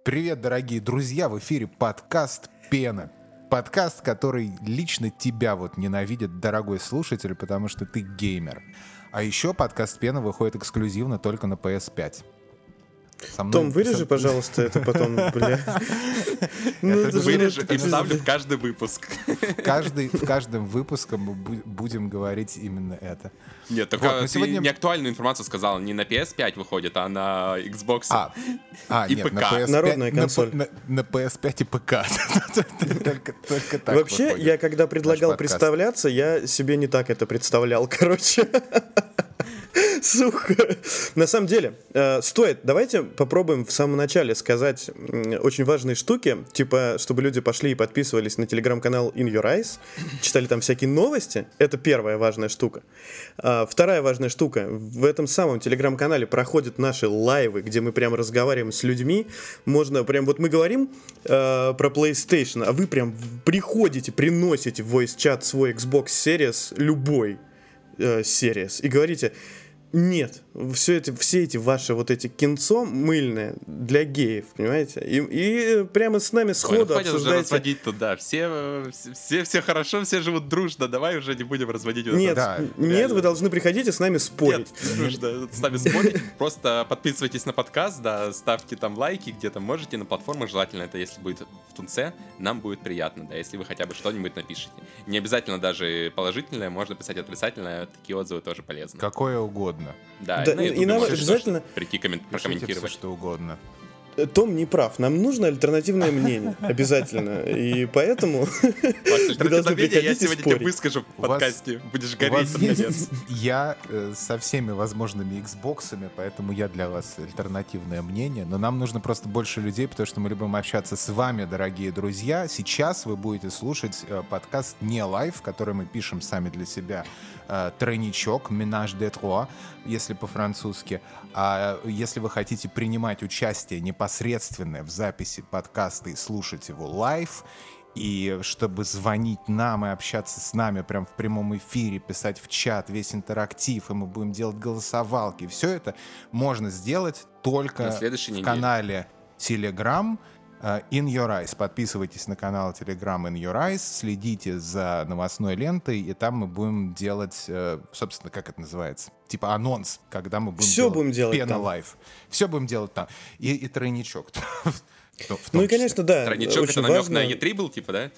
Привет, дорогие друзья, в эфире подкаст «Пена». Подкаст, который лично тебя вот ненавидит, дорогой слушатель, потому что ты геймер. А еще подкаст «Пена» выходит эксклюзивно только на PS5. Том, вырежи, пожалуйста, это потом, бля. Вырежу и вставлю в каждый выпуск. В каждом выпуске мы будем говорить именно это. Нет, только ты сегодня не актуальную информацию сказал. Не на PS5 выходит, а на Xbox и нет, ПК. Народная консоль. На PS5 и ПК. Только так. Вообще, я когда предлагал представляться, я себе не так это представлял, короче. Сука. На самом деле, давайте попробуем в самом начале сказать очень важные штуки, типа, чтобы люди пошли и подписывались на телеграм-канал In Your Eyes, читали там всякие новости. Это первая важная штука. Вторая важная штука. В этом самом телеграм-канале проходят наши лайвы, где мы прям разговариваем с людьми. Можно прям, вот мы говорим про PlayStation, а вы прям приходите, приносите в voice-чат свой Xbox Series, любой Series, и говорите: нет, все эти ваши вот эти кинцо мыльное для геев, понимаете? И прямо с нами сходу обсуждайте. Уже разводить туда. Все хорошо, все живут дружно. Давай уже не будем разводить. Нет, нет, вы должны приходить и с нами спорить. Нет, нужно с нами спорить. Просто подписывайтесь на подкаст, да, ставьте там лайки, где-то можете, на платформах желательно это, если будет в Тунце, нам будет приятно, да, если вы хотя бы что-нибудь напишите. Не обязательно даже положительное, можно писать отрицательное, такие отзывы тоже полезны. Какое угодно. Да, и нам обязательно прийти прокомментировать. Все, что угодно. Том не прав. Нам нужно альтернативное мнение. Обязательно. И поэтому вы должны приходить я и сегодня спорить. тебе выскажу в подкасте. Будешь гореть под конец. Я со всеми возможными Xbox'ами, поэтому я для вас альтернативное мнение. Но нам нужно просто больше людей, потому что мы любим общаться с вами, дорогие друзья. Сейчас вы будете слушать подкаст не лайв, который мы пишем сами для себя. Тройничок, Ménage de Trois, если по-французски. А если вы хотите принимать участие непосредственно в записи подкаста и слушать его лайв, и чтобы звонить нам и общаться с нами прям в прямом эфире, писать в чат весь интерактив, и мы будем делать голосовалки, все это можно сделать только в канале Telegram In Your Eyes. Подписывайтесь на канал Telegram In Your Eyes, следите за новостной лентой, и там мы будем делать, собственно, как это называется? Типа анонс, когда мы будем делать Пена Лайв. Все будем делать там. И тройничок. Ну и, конечно, да. Тройничок — это намек на E3 был, типа, да?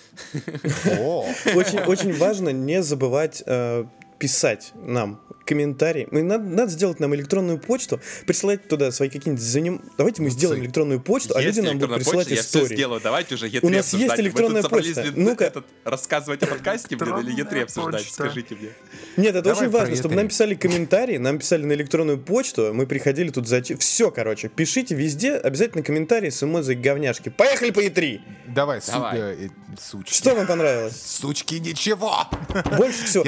Очень важно не забывать писать нам комментарии. Надо сделать нам электронную почту, присылать туда свои какие-нибудь Давайте мы сделаем электронную почту, а люди нам будут присылать истории. Я все сделаю. Давайте уже E3 У нас есть электронная почта. Ну-ка. Рассказывать о подкасте, блин, или E3 обсуждать? Скажите мне. Нет, это очень важно, чтобы нам писали комментарии, нам писали на электронную почту, мы приходили тут все, короче. Пишите везде, обязательно комментарии с эмодзи говняшки. Поехали по E3! Давай. Сучки. Что вам понравилось? Сучки, ничего! Больше всего.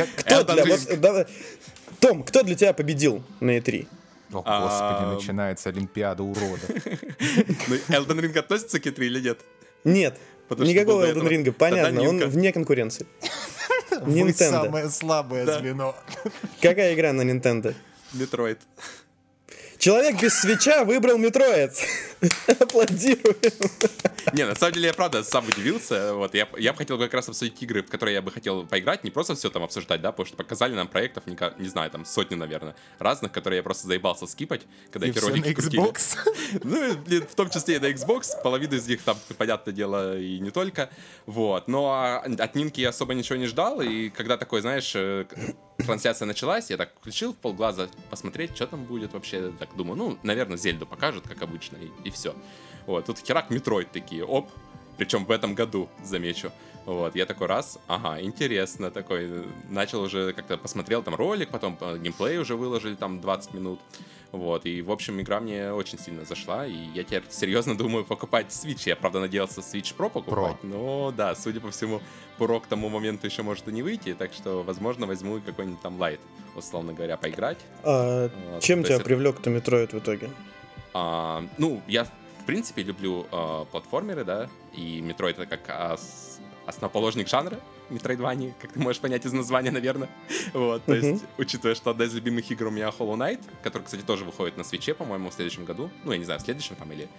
Том, кто для тебя победил на E3? О, господи, начинается Олимпиада уродов. Elden Ring относится к E3 или нет? Нет, никакого Elden Ring, понятно, он вне конкуренции. Вы самое слабое звено. Какая игра на Nintendo? Metroid. Человек без свеча выбрал Metroid. Аплодируем. Не, на самом деле я правда сам удивился. Вот, я бы хотел как раз обсудить игры, в которые я бы хотел поиграть, не просто все там обсуждать, да, потому что показали нам проектов, не знаю, там сотни, наверное, разных, которые я просто заебался скипать, когда эти ролики крутили. Ну, в том числе и на Xbox, половину из них там, понятное дело, и не только. Вот, но от Нинки я особо ничего не ждал, и когда такой, знаешь, трансляция началась, я так включил в полглаза посмотреть, что там будет вообще. Так думаю, ну, наверное, Зельду покажут, как обычно, и все. Вот, тут херак Metroid такие, оп, причем в этом году, замечу. Вот, я такой раз, ага, интересно, такой, начал уже как-то посмотрел там ролик, потом геймплей уже выложили там 20 минут. Вот, и, в общем, игра мне очень сильно зашла, и я теперь серьезно думаю покупать Switch. Я, правда, надеялся Switch Pro покупать, но, да, судя по всему, Pro к тому моменту еще может и не выйти, так что, возможно, возьму какой-нибудь там Lite, условно говоря, поиграть. Вот, чем тебя привлек-то Metroid в итоге? Ну, я, в принципе, люблю платформеры, да, и Metroid — это как основоположник жанра Metroidvania, как ты можешь понять из названия, наверное. Вот, то есть, учитывая, что одна из любимых игр у меня Hollow Knight, который, кстати, тоже выходит на Switch'е, по-моему, в следующем году. Ну, я не знаю, в следующем там или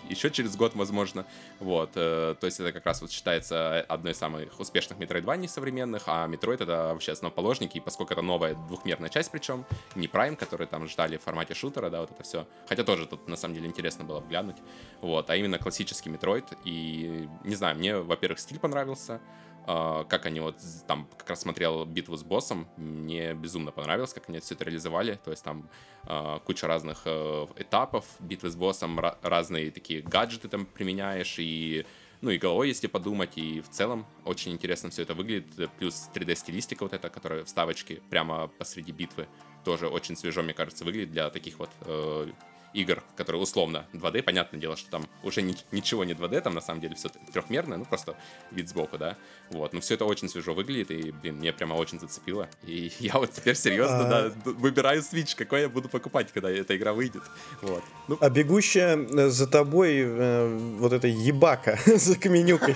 еще через год, возможно. Вот, то есть это как раз вот считается одной из самых успешных Metroidvania современных, а Metroid это вообще основоположник, и поскольку это новая двухмерная часть, причем не Prime, который там ждали в формате шутера, да, вот это все. Хотя тоже тут на самом деле интересно было глянуть. Вот, а именно классический Metroid. И не знаю, мне, во-первых, стиль понравился. Как они вот там как раз смотрел битву с боссом, мне безумно понравилось, как они все это реализовали. То есть там куча разных этапов битвы с боссом, разные такие гаджеты там применяешь, и ну и головой, если подумать, и в целом очень интересно все это выглядит. Плюс 3D-стилистика вот эта, которая вставочки прямо посреди битвы, тоже очень свежо, мне кажется, выглядит для таких вот игр, которые условно 2D. Понятное дело, что там уже ничего не 2D, там на самом деле все трехмерное, ну просто вид сбоку, да. Вот, но все это очень свежо выглядит, и, блин, мне прямо очень зацепило. И я вот теперь серьезно, да, выбираю Switch, какой я буду покупать, когда эта игра выйдет. Вот. Ну. А бегущая за тобой вот эта ебака за каменюкой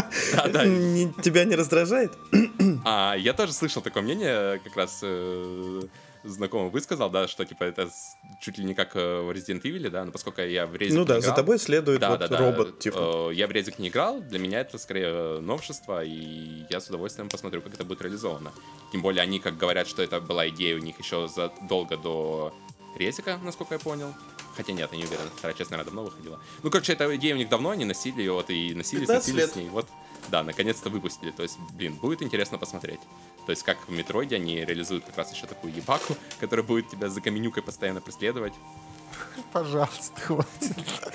тебя не раздражает? Я тоже слышал такое мнение, как раз знакомый высказал, да, что типа это чуть ли не как в Resident Evil, да, но поскольку я в резик не играл, за тобой следует робот, типа. Я в резик не играл, для меня это скорее новшество, и я с удовольствием посмотрю, как это будет реализовано. Тем более они, как говорят, что это была идея у них еще задолго до резика, насколько я понял. Хотя нет, я не уверен, вторая часть, наверное, давно выходила. Ну, короче, эта идея у них давно, они носили ее, вот, и носились с ней, вот. Да, наконец-то выпустили. То есть, блин, будет интересно посмотреть. То есть, как в Метроиде они реализуют как раз еще такую ебаку, которая будет тебя за каменюкой постоянно преследовать. Пожалуйста, хватит.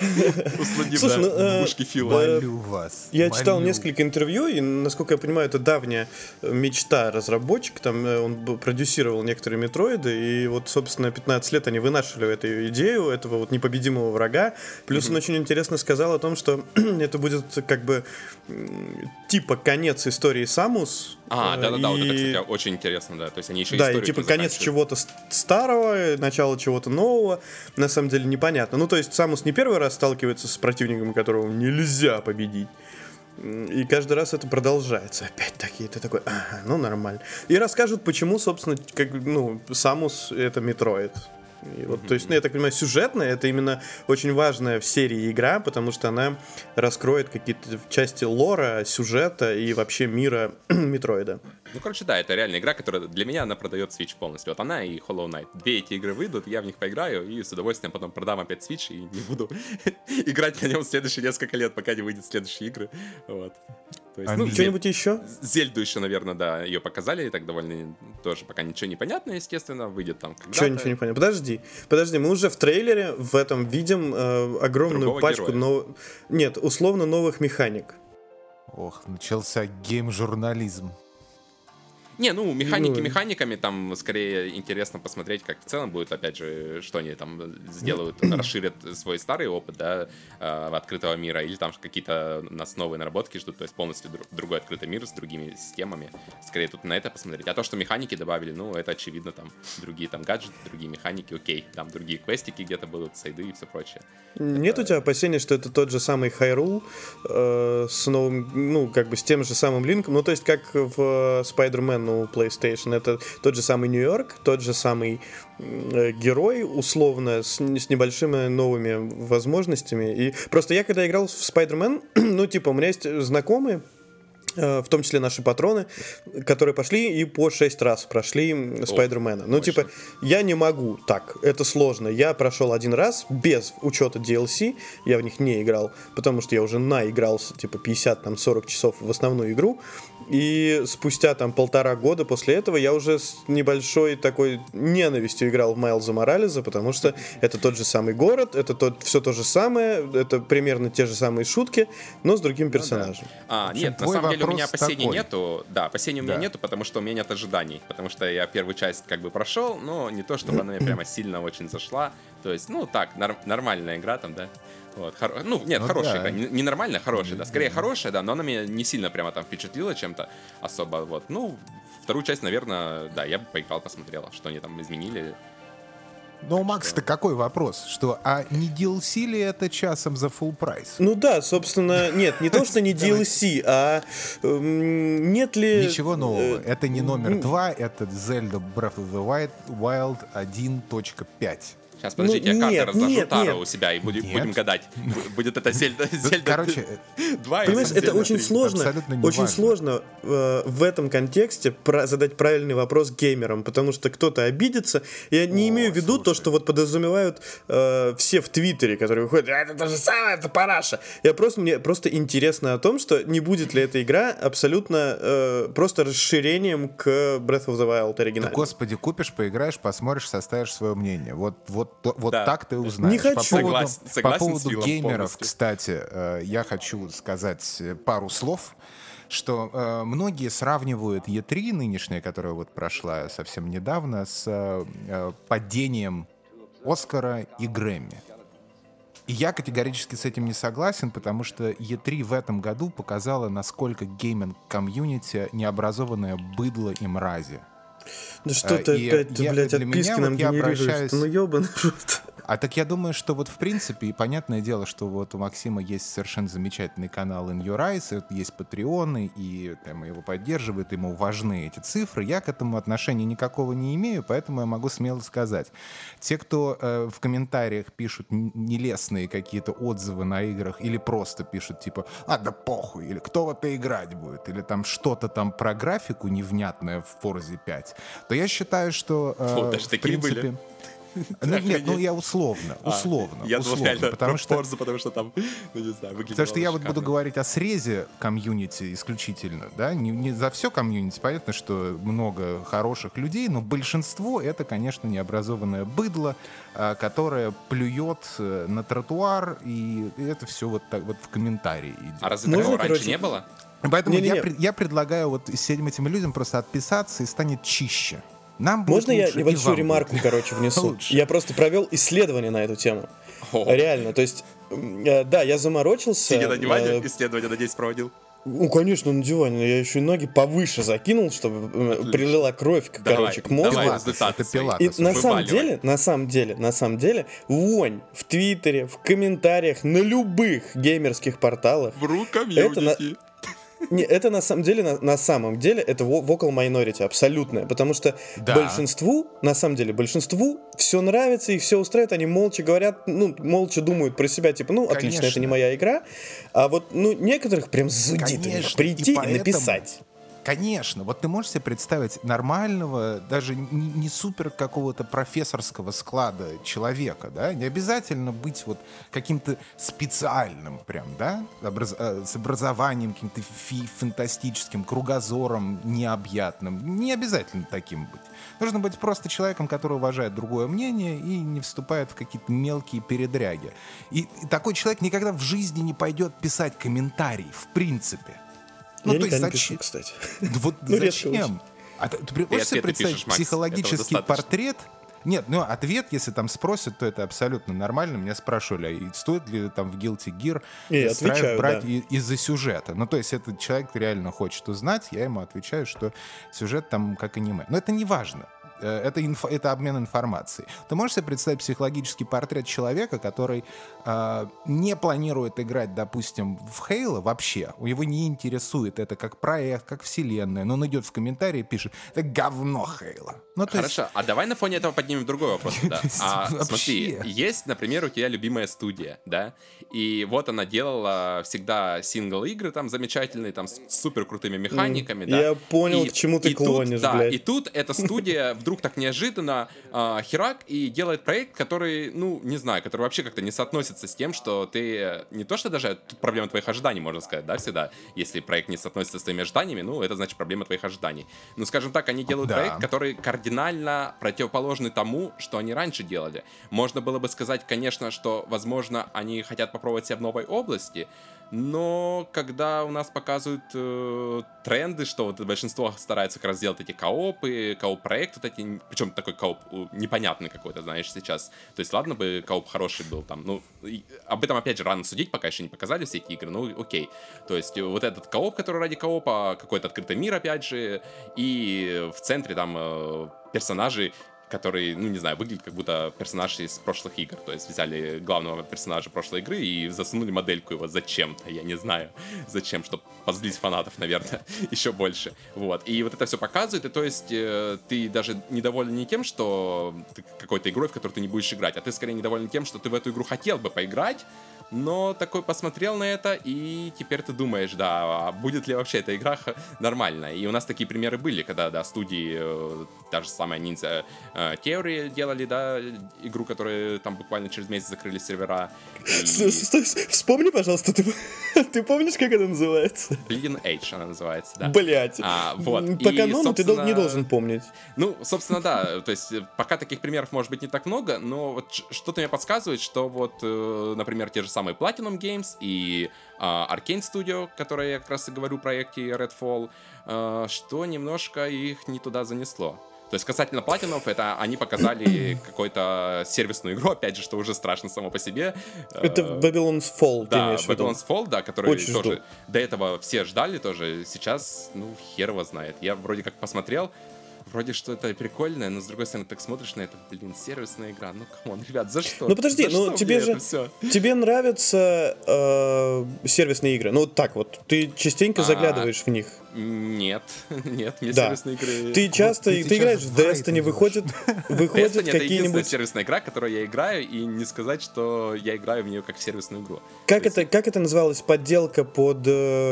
Слушай, мушки Фила. Молю вас. Я читал несколько интервью, и, насколько я понимаю, это давняя мечта разработчика. Там он продюсировал некоторые метроиды, и вот, собственно, 15 лет они вынашивали эту идею, этого вот непобедимого врага. Плюс он очень интересно сказал о том, что это будет как бы типа конец истории Самус. Да-да-да, вот это, кстати, очень интересно, да. То есть они еще да, и типа конец чего-то старого, начало чего-то нового. На самом деле непонятно. Ну, то есть Самус не первый раз сталкивается с противником, которого нельзя победить. И каждый раз это продолжается. Опять-таки, это такой, ага, ну нормально. И расскажут, почему, собственно, Самус это Метроид. И вот, то есть, я так понимаю, сюжетная это именно очень важная в серии игра, потому что она раскроет какие-то части лора, сюжета и вообще мира Метроида. Ну, короче, да, это реальная игра, которая для меня, она продает Switch полностью. Вот она и Hollow Knight. Две эти игры выйдут, я в них поиграю и с удовольствием потом продам опять Switch и не буду играть на нем в следующие несколько лет, пока не выйдут следующие игры. Вот. То есть, что-нибудь еще? Зельду еще, наверное, да, ее показали, и так довольно тоже пока ничего не понятно, естественно, выйдет там когда-то. Что ничего не понятно? Подожди, мы уже в трейлере в этом видим огромную другого пачку нет, условно новых механик. Ох, начался гейм-журнализм. Не, ну, механики механиками, там скорее интересно посмотреть, как в целом будет, опять же, что они там сделают, расширят свой старый опыт, да, открытого мира, или там какие-то нас новые наработки ждут, то есть полностью другой открытый мир с другими системами. Скорее тут на это посмотреть. А то, что механики добавили, ну, это очевидно, там, другие там гаджеты, другие механики, окей, там другие квестики где-то будут, сайды и все прочее. Нет у тебя опасения, что это тот же самый Hyrule с новым, ну, как бы с тем же самым линком, ну, то есть как в Spider-Man у PlayStation, это тот же самый Нью-Йорк, тот же самый герой, условно, с небольшими новыми возможностями. И просто я, когда играл в Spider-Man, ну, типа, у меня есть знакомые, в том числе наши патроны, которые пошли и по 6 раз прошли Спайдермена. Ну, типа, я не могу так, это сложно. Я прошел один раз без учета DLC, я в них не играл, потому что я уже наигрался, типа, 50-40 часов в основную игру, и спустя там 1,5 года после этого я уже с небольшой такой ненавистью играл в Майлза Моралеса, потому что это тот же самый город, это все то же самое, это примерно те же самые шутки, но с другим персонажем. Да. Нет, на самом деле у меня опасений нету. Да, опасений у меня нету, потому что у меня нет ожиданий. Потому что я первую часть как бы прошел, но не то, чтобы она мне прямо сильно очень зашла. То есть, ну так, нормальная игра там, да. Вот, хорошая игра. Не нормальная, хорошая, да. Скорее хорошая, да, но она меня не сильно прямо там впечатлила чем-то особо. Вот. Ну, вторую часть, наверное, да, я бы поиграл, посмотрел, что они там изменили. Но у Макса-то какой вопрос? Что, а не DLC ли это часом за full прайс? Ну да, собственно, нет, не то, что не DLC, а нет ли... Ничего нового. Это не номер 2, это Zelda Breath of the Wild 1.5. Сейчас, подождите, я карты разложу нет, Таро нет. у себя и будем Нет. гадать. Будет это Зельда Короче, 2 Понимаешь, это очень сложно, Абсолютно не очень важно. сложно в этом контексте задать правильный вопрос геймерам, потому что кто-то обидится. Я не имею в виду то, слушай. что вот подразумевают все в Твиттере, которые выходят, это то же самое, это параша. Мне просто интересно о том, что не будет ли эта игра абсолютно просто расширением к Breath of the Wild Да, оригинальному. господи, купишь, поиграешь, посмотришь, составишь свое мнение. Вот Да. так ты узнаешь. Не хочу. Согласен По с поводу Виллом геймеров, полностью. кстати, я хочу сказать пару слов, что многие сравнивают E3 нынешняя, которая вот прошла совсем недавно, с падением Оскара и Грэмми. И я категорически с этим не согласен, потому что E3 в этом году показала, насколько гейминг-комьюнити необразованное быдло и мрази. Да что ты и опять, я- блядь, для меня отписки нам вот я генерируешь? обращаюсь- Ну ёбаный в рот. А так я думаю, что вот в принципе, и понятное дело, что вот у Максима есть совершенно замечательный канал In Your Eyes, есть патреоны, и там, его поддерживают, ему важны эти цифры. Я к этому отношения никакого не имею, поэтому я могу смело сказать. Те, кто в комментариях пишут нелестные какие-то отзывы на играх, или просто пишут типа да похуй, или кто в это играть будет, или там что-то там про графику невнятное в Forza 5, то я считаю, что даже в такие были? принципе... Ну, нет, ну я условно, Я думал, реально потому про что, Forza, потому что там, ну не знаю, выглядит. потому что я вот буду говорить о срезе комьюнити исключительно, да, не за все комьюнити, понятно, что много хороших людей, но большинство это, конечно, необразованное быдло, которое плюет на тротуар, и это все вот так вот в комментарии идет. А разве Можно, такого раньше короче, не было? Поэтому Не-не-не. я предлагаю вот всем этим людям просто отписаться, и станет чище. Нам будет Можно я лучше, и небольшую вам ремарку, будет короче, внесу? лучше. Я просто провел исследование на эту тему. О. Реально, то есть, да, я заморочился. Сидя на диване, исследование, надеюсь, проводил. Ну, конечно, на диване. Я еще и ноги повыше закинул, чтобы прилила кровь, короче, к мозгу. Давай Пилатес, результаты это свои. Пилатес. И на самом Вываливай. деле, вонь в Твиттере, в комментариях, на любых геймерских порталах. Вру Это комьюнити. это на самом деле, это vocal minority абсолютное, потому что Да. большинству все нравится, их все устраивает, они молча говорят, ну, молча думают про себя, типа, ну, отлично, это Конечно. не моя игра, а вот, ну, некоторых прям зудит у них Конечно, прийти и и поэтому- написать. Конечно, вот ты можешь себе представить нормального, даже не супер какого-то профессорского склада человека, да, не обязательно быть вот каким-то специальным прям, да, с образованием каким-то фантастическим, кругозором необъятным, не обязательно таким быть. Нужно быть просто человеком, который уважает другое мнение и не вступает в какие-то мелкие передряги. И такой человек никогда в жизни не пойдет писать комментарий, в принципе. Я то есть никогда не зачем? пишу, кстати. Вот Ну, редко зачем? Ты можешь себе ответы представить пишешь, Макс, психологический этого достаточно. портрет? Нет, ну ответ, если там спросят, то это абсолютно нормально. Меня спрашивали, а стоит ли там в Guilty Gear И страйф отвечаю, брать да. из-за сюжета. Ну, то есть этот человек реально хочет узнать, я ему отвечаю, что сюжет там как аниме. Но это не важно. Это обмен информацией. Ты можешь себе представить психологический портрет человека, который не планирует играть, допустим, в Halo вообще. Его не интересует это как проект, как вселенная. Но он идет в комментарии и пишет: это говно Halo. Ну, то есть- Хорошо, а давай на фоне этого поднимем другой вопрос. Да. Вообще. Смотри, есть, например, у тебя любимая студия, да, и вот она делала всегда сингл-игры там замечательные, там с супер крутыми механиками, да. Я понял, И- к чему ты и тут, клонишь, да, блядь. и тут эта студия вдруг так неожиданно херак и делает проект, который, ну, не знаю, который вообще как-то не соотносится с тем, что ты, не то что даже, тут проблема твоих ожиданий, можно сказать, да, всегда. Если проект не соотносится с твоими ожиданиями, ну, это значит проблема твоих ожиданий. Ну, скажем так, они делают Да. проект, который кардинально противоположный тому, что они раньше делали. Можно было бы сказать, конечно, что, возможно, они хотят попробовать себя в новой области, но когда у нас показывают тренды, что вот большинство старается как раз сделать эти коопы, кооп-проекты, вот эти, причем такой кооп непонятный какой-то, знаешь, сейчас. То есть, ладно бы кооп хороший был там, ну, об этом, опять же, рано судить, пока еще не показали все эти игры, ну, окей. То есть, вот этот кооп, который ради коопа, какой-то открытый мир, опять же, и в центре там персонажи, который, ну, не знаю, выглядит как будто персонаж из прошлых игр. То есть взяли главного персонажа прошлой игры и засунули модельку его зачем-то, я не знаю, зачем, чтобы позлить фанатов, наверное, еще больше. Вот. И вот это все показывает, и то есть ты даже недоволен не тем, что ты какой-то игрой, в которую ты не будешь играть, а ты скорее недоволен тем, что ты в эту игру хотел бы поиграть, но такой посмотрел на это, и теперь ты думаешь, да, а будет ли вообще эта игра нормальная? И у нас такие примеры были, когда, да, студии, та же самая Ninja Theory делали, да, игру, которую там буквально через месяц закрыли сервера. Стой, вспомни, пожалуйста, ты помнишь, как это называется? Bleeding Edge она называется, да. Блять. Вот. По канону ты не должен помнить. Ну, собственно, да, то есть пока таких примеров может быть не так много, но вот что-то мне подсказывает, что вот, например, те же самые Platinum Games и Arcane Studio, которые я как раз и говорю в проекте Redfall, что немножко их не туда занесло. То есть касательно платинов, это они показали какую-то сервисную игру, опять же, что уже страшно само по себе. Это Babylon's Fall, ты да, имеешь в виду? Babylon's Fall, да, который очень тоже жду. до этого все ждали тоже. Сейчас, ну, хер его знает. Я вроде как посмотрел, вроде что это прикольное, но с другой стороны, так смотришь на это, блин, сервисная игра. Ну, камон, ребят, за что? Ну подожди, за ну что тебе мне же это всё? тебе нравятся сервисные игры. Ну вот так вот. Ты частенько заглядываешь в них. Нет, нет, мне Да. сервисные игры... Ты часто, ты ты сейчас играешь в в рейд Destiny, идёшь. выходят Destiny — это единственная какие-нибудь... сервисная игра, которую я играю, и не сказать, что я играю в нее как в сервисную игру. Как То есть- это называлось? Подделка под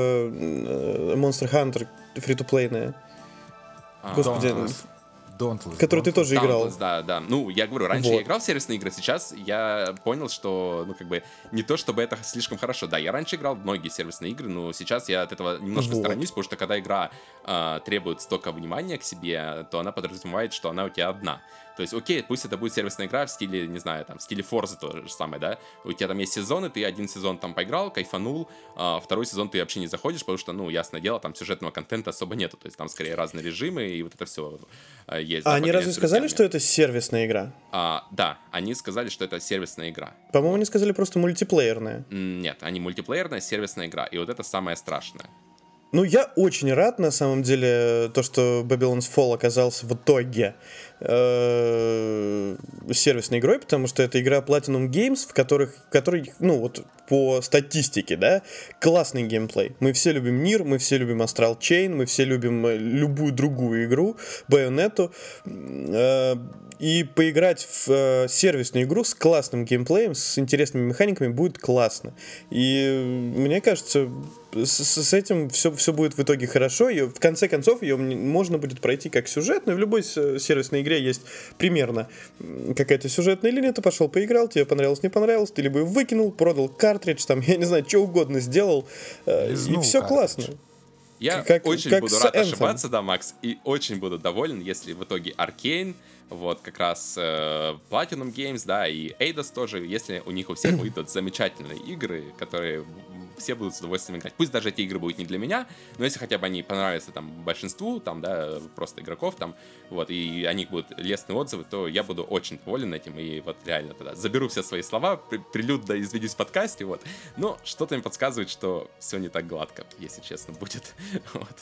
Monster Hunter фри-то-плейная? Господи, Dauntless. который ты тоже играл. Dauntless, да, да. Ну, я говорю, раньше Вот. я играл в сервисные игры, сейчас я понял, что, ну, как бы, не то чтобы это слишком хорошо. Да, я раньше играл в многие сервисные игры, но сейчас я от этого немножко Вот. сторонюсь, потому что когда игра требует столько внимания к себе, то она подразумевает, что она у тебя одна. То есть, окей, пусть это будет сервисная игра в стиле, не знаю, там, в стиле Forza то же самое, да? У тебя там есть сезоны, ты один сезон там поиграл, кайфанул, второй сезон ты вообще не заходишь, потому что, ну, ясное дело, там сюжетного контента особо нету, то есть там скорее разные режимы, и вот это все есть. А да, они пока разве нет с сказали, друзьями. что это сервисная игра? Да, они сказали, что это сервисная игра. По-моему, они сказали просто мультиплеерная. Нет, они мультиплеерная сервисная игра, и вот это самое страшное. Ну, я очень рад, на самом деле, то, что Babylon's Fall оказался в итоге сервисной игрой, потому что это игра Platinum Games, в которой, ну, вот по статистике, да, классный геймплей. Мы все любим Нир, мы все любим Astral Chain, мы все любим любую другую игру, Bayonetta, и поиграть в сервисную игру с классным геймплеем, с интересными механиками будет классно. И мне кажется, с этим все будет в итоге хорошо. И в конце концов ее можно будет пройти как сюжетную. В любой сервисной игре есть примерно какая-то сюжетная линия. Ты пошел поиграл, тебе понравилось, не понравилось. Ты либо ее выкинул, продал картридж, там, я не знаю, что угодно сделал. Лизнул и все картридж. классно. Я Как очень буду с рад Anthem. ошибаться, да, Макс, и очень буду доволен, если в итоге Arcane, вот как раз Platinum Games, да, и Eidos тоже, если у них у всех выйдут замечательные игры, которые все будут с удовольствием играть. Пусть даже эти игры будут не для меня, но если хотя бы они понравятся там большинству, там, да, просто игроков там, вот, и о них будут лестные отзывы, то я буду очень доволен этим, и вот реально тогда заберу все свои слова, прилюдно извинюсь в подкасте, вот. Но что-то мне подсказывает, что все не так гладко, если честно, будет. Вот.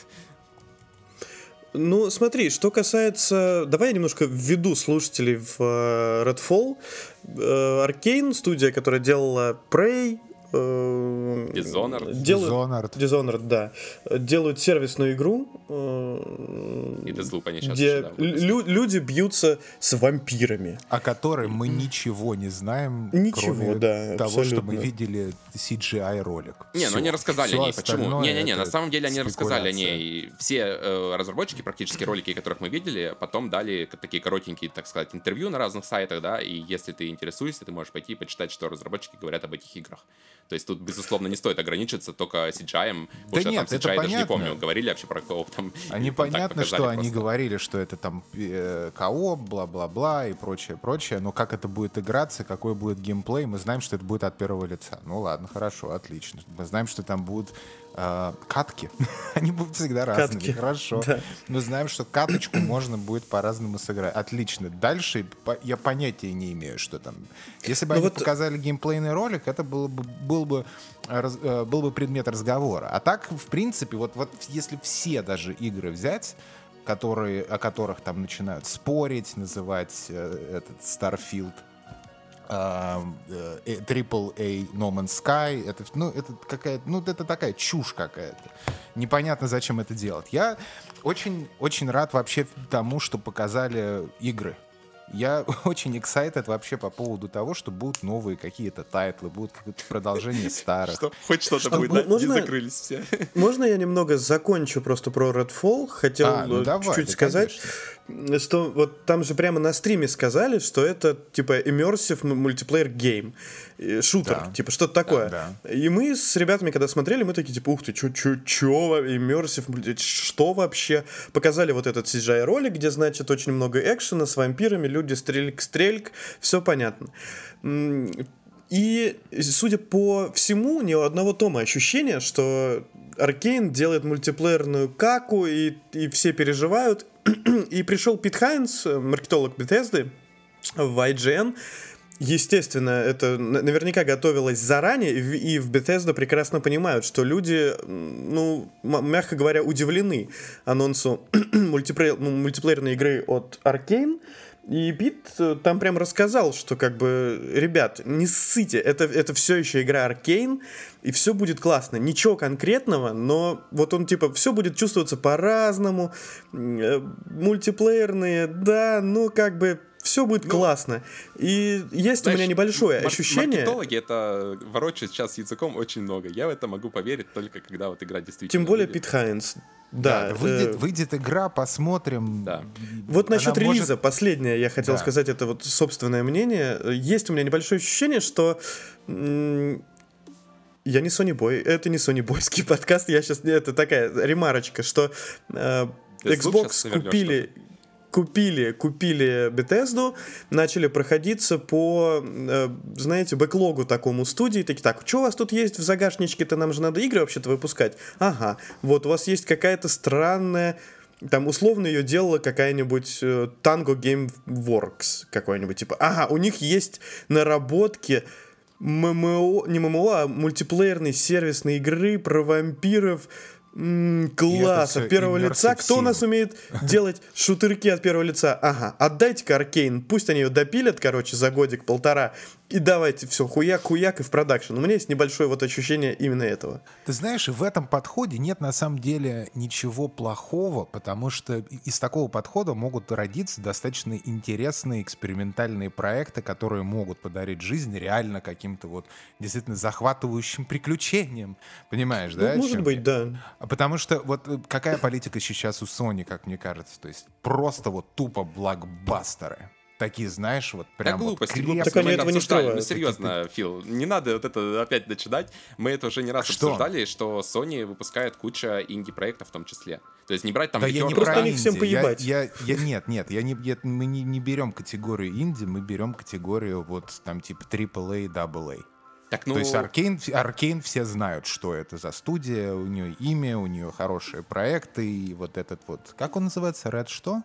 Ну, смотри, что касается... Давай я немножко введу слушателей в Redfall. Arcane, студия, которая делала Prey, Dishonored. Dishonored, да. Делают сервисную игру, И Deathloop они сейчас где уже, да, выпустили. люди бьются с вампирами. О которой мы ничего не знаем, Ничего, кроме да, того, что абсолютно. мы видели CGI-ролик. Не, ну они рассказали о ней. Почему? Не, на это самом деле они рассказали о спекуляция. ней. Все разработчики, практически ролики, которых мы видели, потом дали такие коротенькие, так сказать, интервью на разных сайтах, да, и если ты интересуешься, ты можешь пойти и почитать, что разработчики говорят об этих играх. То есть тут, безусловно, не стоит ограничиться только CGI-ем, потому что нет, там это CGI даже не понятно. помню, говорили вообще про кооп там. Они или там так понятно, показали что они просто. говорили, что это там кооп, бла-бла-бла и прочее, но как это будет играться, какой будет геймплей, мы знаем, что это будет от первого лица. Ну ладно, хорошо, отлично. Мы знаем, что там будут катки. Они будут всегда разными, Катки, хорошо. да. Мы знаем, что каточку можно будет по-разному сыграть. Отлично. Дальше я понятия не имею, что там. Если бы Ну они вот- показали геймплейный ролик, это был бы предмет разговора. А так, в принципе, вот если все даже игры взять, о которых там начинают спорить, называть этот Starfield AAA No Man's Sky. Это какая-то, это такая чушь какая-то. Непонятно, зачем это делать. Я очень, очень рад вообще тому, что показали игры. Я очень excited вообще по поводу того, что будут новые какие-то тайтлы, будут какое-то продолжение старых. Хоть что-то будет, да? Не закрылись все. Можно я немного закончу просто про Redfall? Хотел чуть-чуть сказать, что вот там же прямо на стриме сказали, что это типа immersive multiplayer game. Шутер, типа что-то такое. Да. И мы с ребятами, когда смотрели, мы такие, типа, ух ты, чё, immersive, что вообще? Показали вот этот CGI-ролик, где, значит, очень много экшена с вампирами, люди стрельк, все понятно. И, судя по всему, ни у одного тома ощущение, что Аркейн делает мультиплеерную каку, и все переживают. И пришел Пит Хайнс, маркетолог Bethesda, в IGN. Естественно, это наверняка готовилось заранее, и в Bethesda прекрасно понимают, что люди, мягко говоря, удивлены анонсу мультиплеерной игры от Arcane. И Пит там прям рассказал, что как бы, ребят, не ссыте, это все еще игра Arcane, и все будет классно. Ничего конкретного, но вот он типа, все будет чувствоваться по-разному, мультиплеерные, да, как бы все будет классно. И есть, знаешь, у меня небольшое ощущение... Маркетологи это ворочают сейчас языком очень много. Я в это могу поверить только когда вот игра действительно... Тем более Пит Хайнс. Да, выйдет игра, посмотрим. Да. Вот насчет релиза, последнее я хотел сказать, это вот собственное мнение. Есть у меня небольшое ощущение, что... Я не Sony Boy, это не Sony Boyский подкаст, это такая ремарочка, что Xbox купили Bethesda, начали проходиться по, знаете, бэклогу такому студии, такие, так, что у вас тут есть в загашничке-то, нам же надо игры вообще-то выпускать. Ага, вот у вас есть какая-то странная, там условно ее делала какая-нибудь Tango Gameworks какой-нибудь, типа, ага, у них есть наработки ММО, не ММО, а мультиплеерной сервисной игры про вампиров, класс, от первого лица. Кто у нас умеет делать шутырки от первого лица? Ага, отдайте-ка Аркейн, пусть они ее допилят, за годик-полтора, и давайте все, хуяк и в продакшн. У меня есть небольшое вот ощущение именно этого. Ты знаешь, в этом подходе нет на самом деле ничего плохого, потому что из такого подхода могут родиться достаточно интересные экспериментальные проекты, которые могут подарить жизнь реально каким-то вот действительно захватывающим приключением. Понимаешь, да? Может быть, да. Потому что вот какая политика сейчас у Sony, как мне кажется, то есть просто вот тупо блокбастеры. Такие, знаешь, вот прям глупость, вот глупость. Так они этого не скрывают. Ну, серьезно, Фил, не надо вот это опять начинать. Мы это уже не раз обсуждали, что Sony выпускает куча инди-проектов в том числе. То есть не брать там... Да я не просто про них всем поебать. Нет, мы не берем категорию инди, мы берем категорию вот там типа AAA, AA. То есть Arcane все знают, что это за студия, у нее имя, у нее хорошие проекты, и вот этот вот... Как он называется? Red что?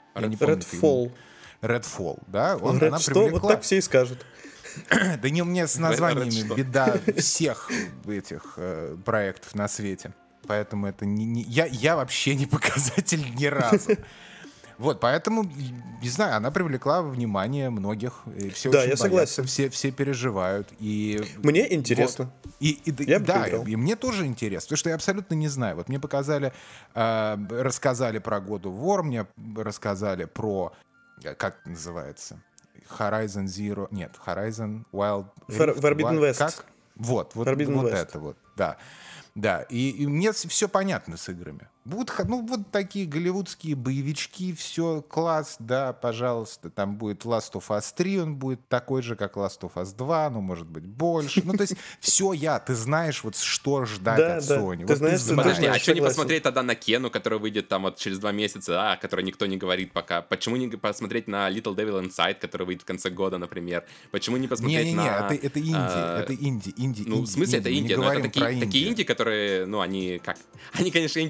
Redfall, да? Она что? Вот так все и скажут. Да не, у меня с названиями беда всех этих проектов на свете. Поэтому это я вообще не показатель ни разу. Вот, поэтому, не знаю, она привлекла внимание многих. Все да, очень я боятся, согласен. все переживают. И мне интересно. Вот, и мне тоже интересно, потому что я абсолютно не знаю. Вот мне рассказали про God of War, мне рассказали про, как это называется, Horizon Wild Forbidden West. Как? Вот это вот, да. Да, и мне все понятно с играми. Будут, вот такие голливудские боевички, все, класс, да, пожалуйста. Там будет Last of Us 3, он будет такой же, как Last of Us 2, может быть, больше. То есть все ты знаешь, вот что ждать от Sony. Ты знаешь, подожди, а что не посмотреть тогда на Кену, который выйдет там вот через 2 месяца, о которой никто не говорит пока? Почему не посмотреть на Little Devil Inside, который выйдет в конце года, например? Почему не посмотреть на... это инди. Ну, в смысле, это инди, но это такие инди, которые, они, конечно, инди называются,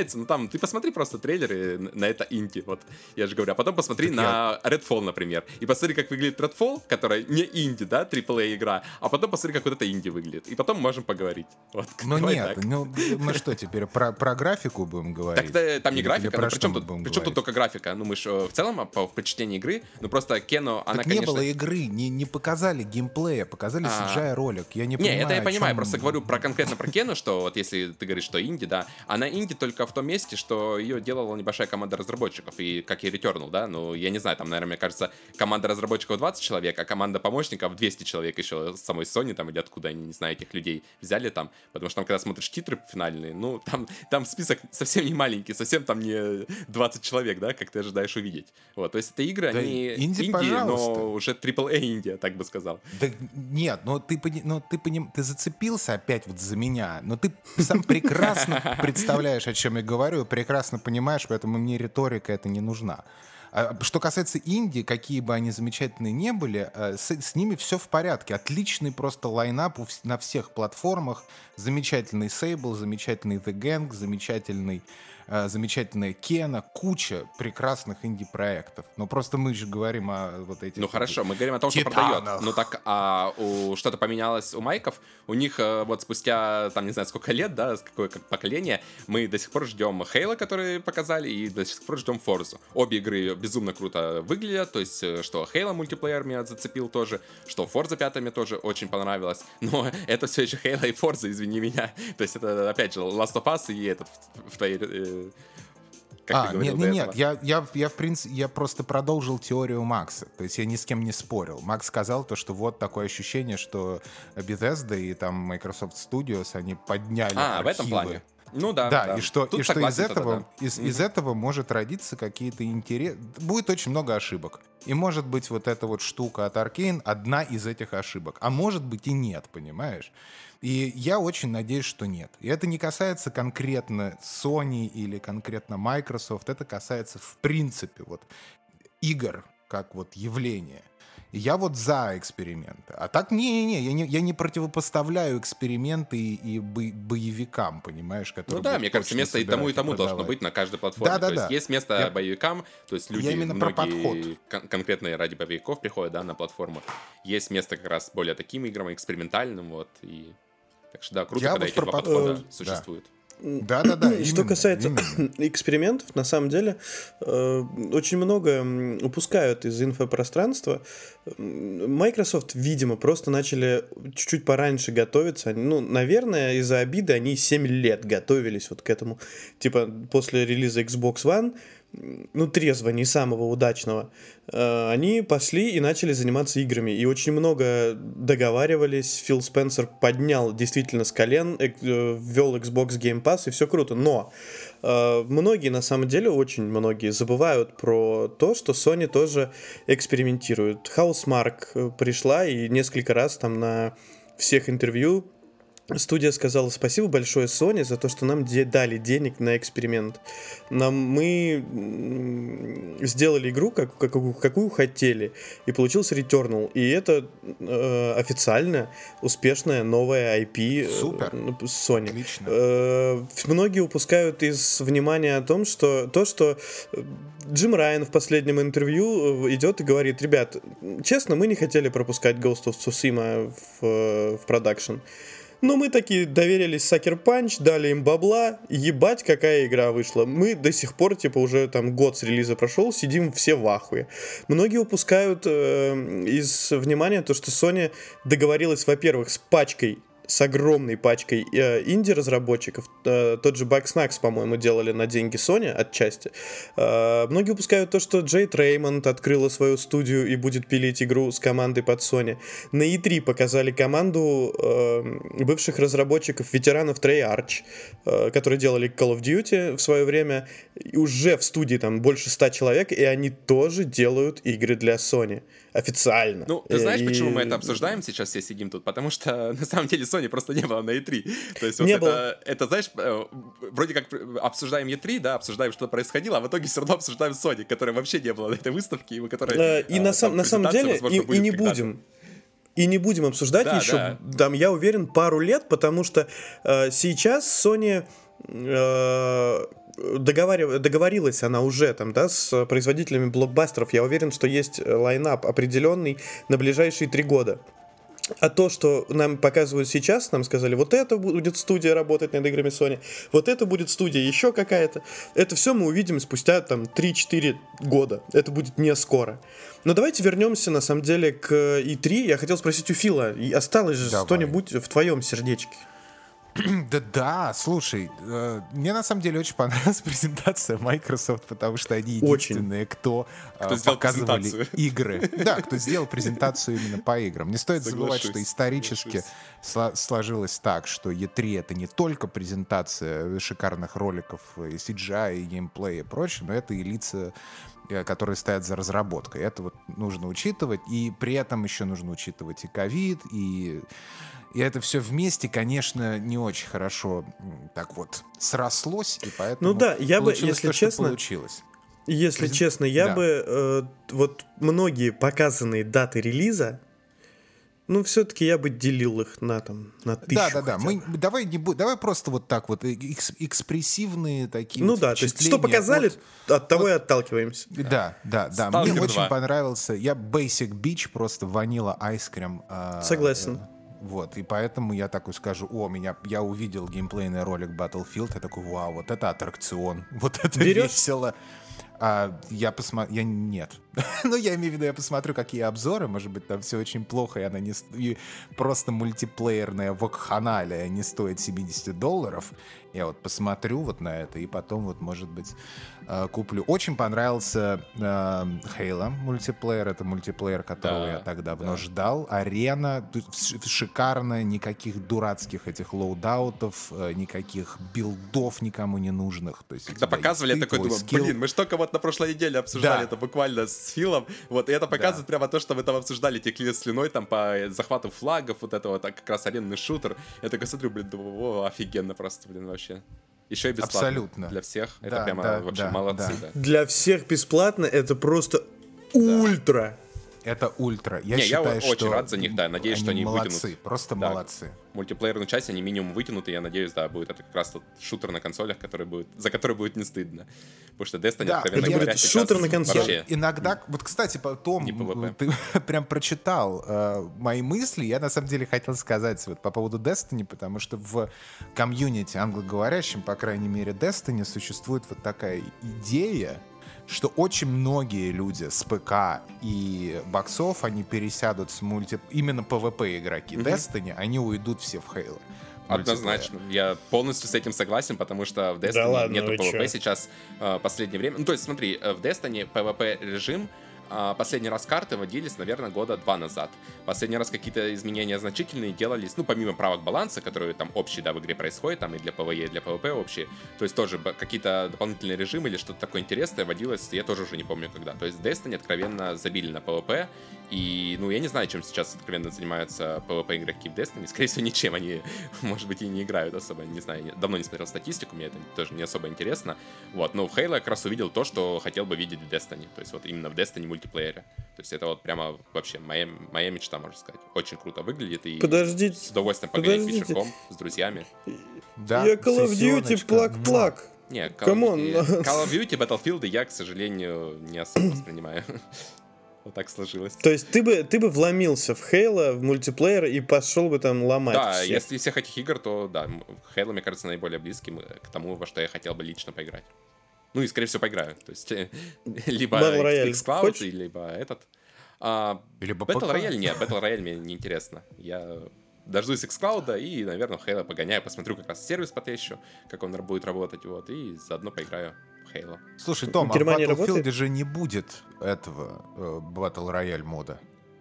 отличается, ну там, ты посмотри просто трейлеры на это инди, вот, я же говорю, а потом посмотри на Redfall, например, и посмотри, как выглядит Redfall, которая не инди, да, AAA игра, а потом посмотри, как вот это инди выглядит, и потом можем поговорить. Вот, ну нет, ну мы что теперь, про графику будем говорить? Так там не графика, ну причем тут только графика, ну мы же в целом по впечатлению игры, ну просто Кену, она, так конечно... не было игры, не показали геймплея, показали CGI-ролик, я не понимаю, Не, это я понимаю, просто говорю конкретно про Кену, что вот если ты говоришь, что инди, да, она инди только в том месте, что ее делала небольшая команда разработчиков, и как и Returnal, да, ну, я не знаю, там, наверное, мне кажется, команда разработчиков 20 человек, а команда помощников 200 человек еще с самой Sony, там, или откуда, они, не знаю, этих людей взяли там, потому что там, когда смотришь титры финальные, ну, там список совсем не маленький, совсем там не 20 человек, да, как ты ожидаешь увидеть. Вот, то есть это игры, да они инди, но уже AAA инди, я так бы сказал. Да нет, ты зацепился опять вот за меня, но ты сам прекрасно представляешь, о чем я говорю, прекрасно понимаешь, поэтому мне риторика это не нужна. Что касается инди, какие бы они замечательные не были, с ними все в порядке. Отличный просто лайнап на всех платформах. Замечательный Sable, замечательный The Gang, замечательная Кена, куча прекрасных инди-проектов. Но просто мы же говорим о вот этих... Ну хорошо, мы говорим о том, что продает. Ну так, что-то поменялось у майков. У них вот спустя, там, не знаю, сколько лет, да, какое поколение, мы до сих пор ждем Halo, который показали, и до сих пор ждем Forza. Обе игры безумно круто выглядят, то есть, что Halo мультиплеер меня зацепил тоже, что Forza 5 мне тоже очень понравилось, но это все еще Halo и Forza, извини меня. То есть это, опять же, Last of Us и этот в твоей... Нет, я в принципе, я просто продолжил теорию Макса, то есть я ни с кем не спорил. Макс сказал то, что вот такое ощущение, что Bethesda и там Microsoft Studios, они подняли архивы. В этом плане. Ну да. Да, и что из этого может родиться какие-то интересы. Будет очень много ошибок. И может быть вот эта вот штука от Arkane одна из этих ошибок. А может быть и нет, понимаешь? И я очень надеюсь, что нет. И это не касается конкретно Sony или конкретно Microsoft. Это касается в принципе вот игр как вот явления. И я вот за эксперименты. А так я не противопоставляю эксперименты и боевикам, понимаешь, которые... Ну да, мне кажется, место и тому должно быть на каждой платформе. Да. То есть есть место боевикам, то есть люди, многие конкретные ради боевиков приходят, да, на платформу. Есть место как раз более таким играм, экспериментальным, вот, и... Так что да, круто, когда эти два подхода существуют. Да. Что касается экспериментов, на самом деле очень много упускают из инфопространства. Microsoft, видимо, просто начали чуть-чуть пораньше готовиться. Ну, наверное, из-за обиды они 7 лет готовились вот к этому. Типа после релиза Xbox One, ну, трезво, не самого удачного, они пошли и начали заниматься играми. И очень много договаривались. Фил Спенсер поднял действительно с колен, ввел Xbox Game Pass, и все круто. Но многие, на самом деле, очень многие забывают про то, что Sony тоже экспериментирует. Housemarque пришла и несколько раз там на всех интервью студия сказала: спасибо большое Sony за то, что нам дали денег на эксперимент. Мы сделали игру, какую хотели, и получился Returnal. И это официально успешная новая IP Sony. Отлично. Многие упускают из внимания о том, что Джим Райан в последнем интервью идет и говорит: ребят, честно, мы не хотели пропускать Ghost of Tsushima в продакшн. Но мы таки доверились Sucker Punch, дали им бабла, ебать, какая игра вышла. Мы до сих пор, типа, уже там год с релиза прошел, сидим все в ахуе. Многие упускают из внимания то, что Sony договорилась, во-первых, с огромной пачкой инди-разработчиков. Тот же Bugsnax, по-моему, делали на деньги Sony отчасти. Многие упускают то, что Джейд Реймонд открыла свою студию и будет пилить игру с командой под Sony. На E3 показали команду бывших разработчиков, ветеранов Treyarch, которые делали Call of Duty в свое время. И уже в студии там больше 100 человек, и они тоже делают игры для Sony. Официально. Ну, ты знаешь, почему мы это обсуждаем сейчас, все сидим тут? Потому что, на самом деле, Sony просто не было на E3. То есть, вот это, знаешь, вроде как обсуждаем E3, да, обсуждаем, что происходило, а в итоге все равно обсуждаем Sony, которая вообще не было на этой выставке, и которая... И на самом деле, и не будем. и не будем обсуждать Да, еще, там, я уверен, пару лет, потому что сейчас Sony договорилась она уже там, да, с производителями блокбастеров. Я уверен, что есть лайнап определенный на ближайшие 3 года. А то, что нам показывают сейчас, нам сказали, вот это будет студия работать над играми Sony, вот это будет студия еще какая-то. Это все мы увидим спустя там 3-4 года. Это будет не скоро. Но давайте вернемся на самом деле к E3. Я хотел спросить у Фила, осталось же что-нибудь в твоем сердечке? Да, слушай, мне на самом деле очень понравилась презентация Microsoft, потому что они единственные, кто показывали игры. Да, кто сделал презентацию именно по играм. Не стоит забывать, что исторически сложилось так, что E3 это не только презентация шикарных роликов, и CGI, и геймплея и прочее, но это и лица, которые стоят за разработкой. Это вот нужно учитывать, и при этом еще нужно учитывать и ковид, и это все вместе, конечно, не очень хорошо так вот срослось, и поэтому ну да, я бы, если то, честно, получилось. Если честно, я бы вот многие показанные даты релиза, ну, все-таки я бы делил их на 1000. Да. Давай просто вот так вот экспрессивные такие. Ну вот да, то есть что показали, от того и отталкиваемся. Да. Мне очень понравился. Я Basic Beach, просто ванила айскрим. Согласен. Вот, и поэтому я такой скажу, я увидел геймплейный ролик Battlefield, я такой, вау, вот это аттракцион, вот это весело. Нет. Ну, я имею в виду, я посмотрю, какие обзоры, может быть, там все очень плохо, и просто мультиплеерная вакханалия не стоит $70. Я вот посмотрю вот на это, и потом вот, может быть, куплю. Очень понравился Halo мультиплеер, это мультиплеер, которого я так давно ждал. Арена шикарная, никаких дурацких этих лоудаутов, никаких билдов никому не нужных. То есть, когда показывали, я такой думаю, мы же только вот на прошлой неделе обсуждали это буквально с Филом, вот, и это показывает прямо то, что вы там обсуждали, текли слюной там по захвату флагов, вот это вот как раз аренный шутер. Я такой смотрю, думаю, офигенно просто, вообще. Еще и бесплатно. Абсолютно. Для всех. Это прямо вообще молодцы. Да. Для всех бесплатно, это просто ультра. Это ультра. Я считаю, очень что рад за них, да. Надеюсь, что они молодцы, вытянут. Просто молодцы. Мультиплеерную часть они минимум вытянут, и я надеюсь, да, будет это как раз тот шутер на консолях, за который будет не стыдно. Потому что Destiny, откровенно говоря, шутер на консолях. Иногда, вот, кстати, потом ты прям прочитал мои мысли, я на самом деле хотел сказать вот по поводу Destiny, потому что в комьюнити англоговорящем, по крайней мере, Destiny, существует вот такая идея, что очень многие люди с ПК и боксов, они пересядут с именно PvP игроки Destiny, они уйдут все в Halo. Однозначно. Я полностью с этим согласен, потому что в Destiny нету PvP сейчас в последнее время. Ну, то есть, смотри, в Destiny PvP режим последний раз карты вводились, наверное, 2 года назад. Последний раз какие-то изменения значительные делались, ну, помимо правок баланса, которые там общие, да, в игре происходят, там и для PvE, и для PvP общие. То есть тоже какие-то дополнительные режимы или что-то такое интересное вводилось, я тоже уже не помню когда. То есть Destiny откровенно забили на PvP, и, ну, я не знаю, чем сейчас откровенно занимаются PvP игроки в Destiny. Скорее всего, ничем. Они, может быть, и не играют особо, не знаю, давно не смотрел статистику, мне это тоже не особо интересно. Вот, но в Halo я как раз увидел то, что хотел бы видеть в Destiny. То есть вот именно в Destiny мультиплеере. То есть это вот прямо вообще моя мечта, можно сказать. Очень круто выглядит, и с удовольствием погонять вечерком с друзьями. Да, я Call of Duty плак-плак. Не, Call of Duty, Battlefield я, к сожалению, не особо воспринимаю. Вот так сложилось. То есть ты бы вломился в Halo, в мультиплеер и пошел бы там ломать Да, всех. Если из всех этих игр, то да, Halo, мне кажется, наиболее близким к тому, во что я хотел бы лично поиграть. Ну и, скорее всего, поиграю. То есть, либо xCloud, либо этот. Либо Battle Royale нет, Battle Royale мне не интересно. Я дождусь xCloud и, наверное, в Halo погоняю, посмотрю как раз сервис потещу, как он будет работать, вот, и заодно поиграю в Halo. Слушай, Том, а в Battlefield же не будет этого Battle Royale мода.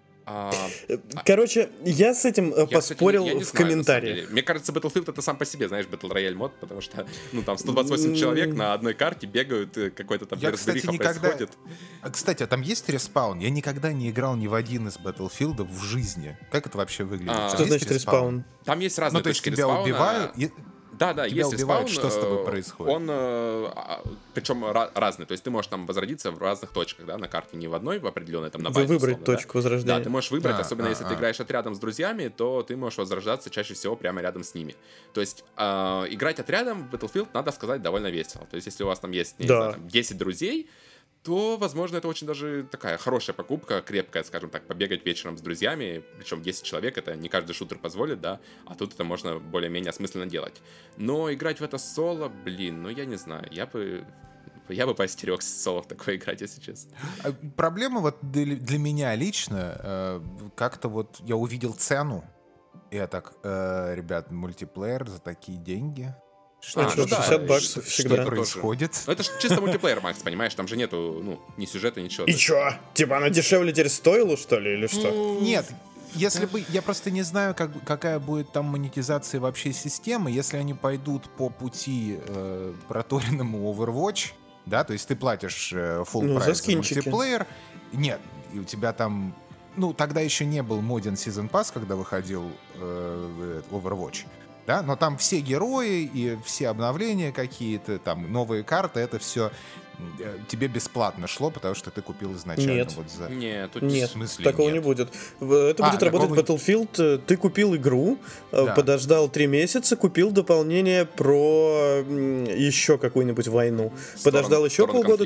Короче, я с этим поспорил в комментариях. Мне кажется, Battlefield это сам по себе, знаешь, Battle Royale мод, потому что, ну, там 128 человек на одной карте бегают, какой-то там разбериха происходит. Кстати, а там есть респаун? Я никогда не играл ни в один из Battlefield в жизни. Как это вообще выглядит? Что значит респаун? Там есть разные точки респауна. Убивают? Да, Тебя если убивают, спаун, что с тобой происходит? он, причем разный, то есть ты можешь там возродиться в разных точках, да, на карте, не в одной, в определенной, там на базе, Выбрать условно, точку да? возрождения. Да, ты можешь выбрать, особенно если ты играешь отрядом с друзьями, то ты можешь возрождаться чаще всего прямо рядом с ними. То есть играть отрядом в Battlefield, надо сказать, довольно весело. То есть если у вас там есть, не знаю, там 10 друзей, то, возможно, это очень даже такая хорошая покупка, крепкая, скажем так, побегать вечером с друзьями, причем 10 человек, это не каждый шутер позволит, да, а тут это можно более-менее осмысленно делать. Но играть в это соло, блин, ну я не знаю, я бы поостерегся соло в такое играть, если честно. Проблема вот для меня лично, как-то вот я увидел цену, и я так, ребят, мультиплеер за такие деньги... Что, $60 всегда. Что происходит? Ну, это же чисто мультиплеер, Макс, понимаешь? Там же нету, ну, ни сюжета, ничего. И чё? Типа она дешевле теперь стоила, что ли, или что? Нет, если бы... Я просто не знаю, какая будет там монетизация вообще системы. Если они пойдут по пути проторенному Overwatch, да, то есть ты платишь full прайс за мультиплеер. Нет, и у тебя там... Ну, тогда еще не был моден Season Pass, когда выходил Overwatch. Да, но там все герои и все обновления какие-то, там новые карты, это все тебе бесплатно шло, потому что ты купил изначально. Нет, вот за... Нет, нет, в смысле такого нет? не будет. Это будет работать Battlefield. Ты купил игру, подождал 3 месяца, купил дополнение про еще какую-нибудь войну. Подождал еще полгода,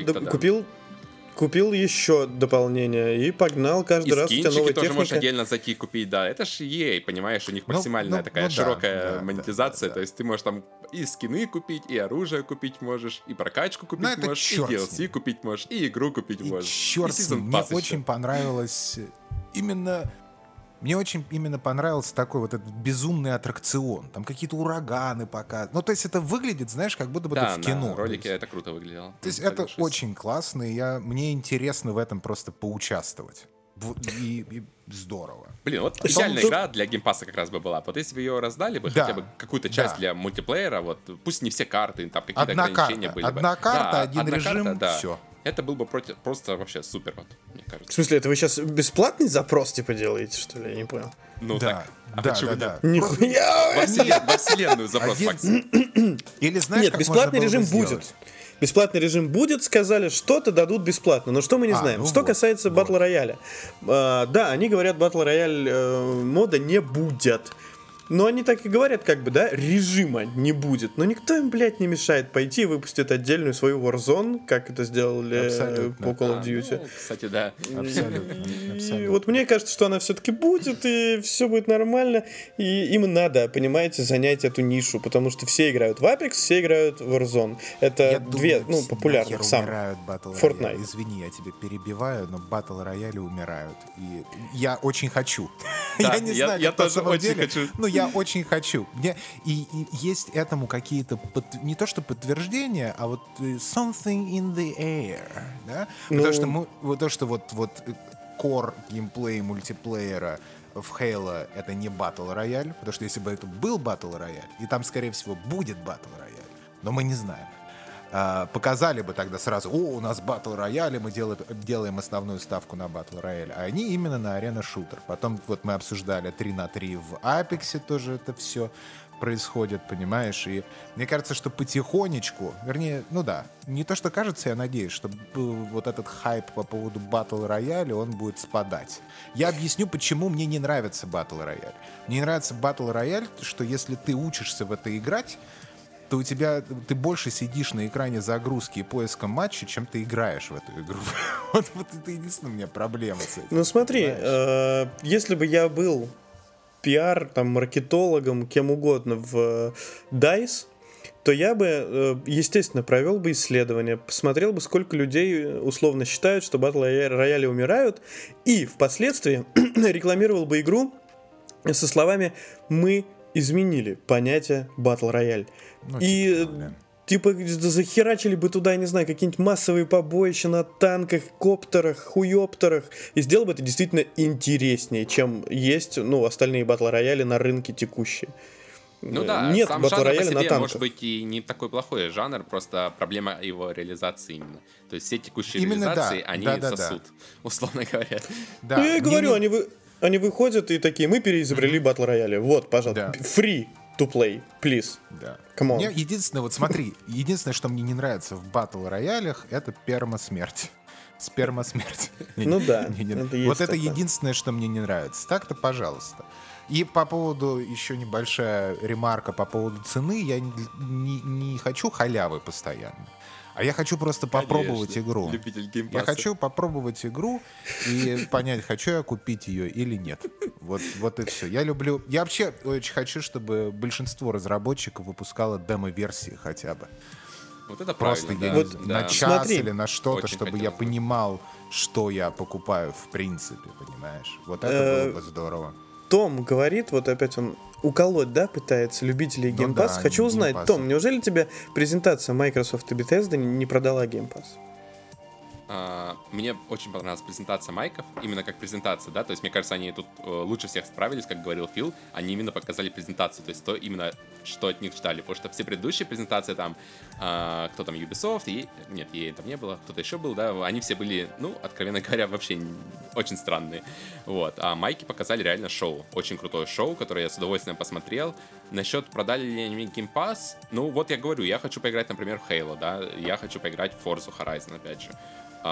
купил еще дополнение и погнал каждый раз. И скинчики тоже можешь отдельно зайти купить, да. Это ж EA, понимаешь, у них максимальная такая широкая монетизация. То есть ты можешь там и скины купить, и оружие купить можешь, и прокачку купить можешь, и DLC купить можешь, и игру купить можешь. Черт с ним, мне очень понравилось именно... Мне очень именно понравился такой вот этот безумный аттракцион. Там какие-то ураганы показывают. Ну, то есть это выглядит, знаешь, как будто бы ты в кино. Да, на ролике это круто выглядело. То есть это очень классно, и мне интересно в этом просто поучаствовать. И здорово. Блин, вот идеальная игра для геймпасса как раз бы была. Вот если бы ее раздали бы, хотя бы какую-то часть для мультиплеера, вот пусть не все карты, там какие-то ограничения были бы. Одна карта, один режим, все. Это был бы просто вообще супер, вот, мне кажется. В смысле, это вы сейчас бесплатный запрос типа делаете, что ли? Я не понял. Ну да, так. Почему нет? Нихуя! Во вселенную запрос, Макс. Или знаешь, нет, бесплатный режим будет. Бесплатный режим будет, сказали, что-то дадут бесплатно. Но что мы не знаем. Что касается Battle Royale. Да, они говорят, Battle Royale мода не будет. Но они так и говорят, как бы, да, режима не будет. Но никто им, блядь, не мешает пойти и выпустить отдельную свою Warzone, как это сделали по Call of Duty. Ну, кстати, да. И вот мне кажется, что она все-таки будет, и все будет нормально. И им надо, понимаете, занять эту нишу, потому что все играют в Apex, все играют в Warzone. Это две, популярных самых. Fortnite. Извини, я тебя перебиваю, но Battle Royale умирают. И я очень хочу. Да, я не знаю, я тоже очень хочу. Я очень хочу. И есть этому какие-то, не то что подтверждения, а вот something in the air, да? Потому что вот core геймплей мультиплеера в Halo это не Battle Royale, потому что если бы это был Battle Royale, и там, скорее всего, будет Battle Royale, но мы не знаем. Показали бы тогда сразу, у нас Battle Royale, мы делаем основную ставку на Battle Royale, а они именно на арена-шутер. Потом вот мы обсуждали 3-3 в Apex тоже это все происходит, понимаешь, и мне кажется, что потихонечку, вернее, не то, что кажется, я надеюсь, что вот этот хайп по поводу Battle Royale, он будет спадать. Я объясню, почему мне не нравится Battle Royale. Мне не нравится Battle Royale, что если ты учишься в это играть, то ты больше сидишь на экране загрузки и поиска матча, чем ты играешь в эту игру. Вот это единственная у меня проблема с этим. Ну смотри, если бы я был маркетологом, кем угодно в DICE, то я бы, естественно, провел бы исследование, посмотрел бы, сколько людей условно считают, что Battle Royale умирают, и впоследствии рекламировал бы игру со словами «Мы изменили понятие Battle Royale». Захерачили бы туда, я не знаю, какие-нибудь массовые побоища на танках, коптерах, хуёптерах, и сделал бы это действительно интереснее, чем есть, остальные Battle Royale на рынке текущие. Ну да, нет сам Battle жанр Royale по на себе танках. может быть и не такой плохой жанр, просто проблема его реализации именно. То есть все текущие именно реализации, они сосут, условно говоря. Да. Ну, я и говорю, они выходят и такие, мы переизобрели Battle Royale, вот, пожалуйста, фри. to play, please. Да. Come on. Мне единственное, вот смотри, единственное, что мне не нравится в батл-роялях, это пермасмерть. Спермасмерть. Ну да, Вот это единственное, что мне не нравится. Так-то, пожалуйста. И по поводу, еще небольшая ремарка по поводу цены. Я не хочу халявы постоянно. А я хочу просто попробовать игру. Любитель геймпасса. Я хочу попробовать игру и понять, хочу я купить ее или нет. Вот и все. Я вообще очень хочу, чтобы большинство разработчиков выпускало демо-версии хотя бы. Вот это Просто правильно, на час Смотри. или на что-то, Очень чтобы я хотелось бы. понимал, что я покупаю в принципе, понимаешь? Вот это было бы здорово. Том говорит, вот опять он уколоть, да, пытается любителей Ну Game Pass. да, Хочу узнать, Game Pass. Том, неужели тебе презентация Microsoft и Bethesda не продала Game Pass? Мне очень понравилась презентация майков, именно как презентация, да, то есть мне кажется, они тут лучше всех справились, как говорил Фил, они именно показали презентацию, то есть то именно, что от них ждали, потому что все предыдущие презентации там, кто там, Ubisoft, нет, ей там не было, кто-то еще был, да, они все были, ну, откровенно говоря, вообще очень странные, вот, а майки показали реально шоу, очень крутое шоу, которое я с удовольствием посмотрел. Насчет продали ли они Game Pass, ну, вот я говорю, я хочу поиграть, например, в Halo, да, я хочу поиграть в Forza Horizon, опять же.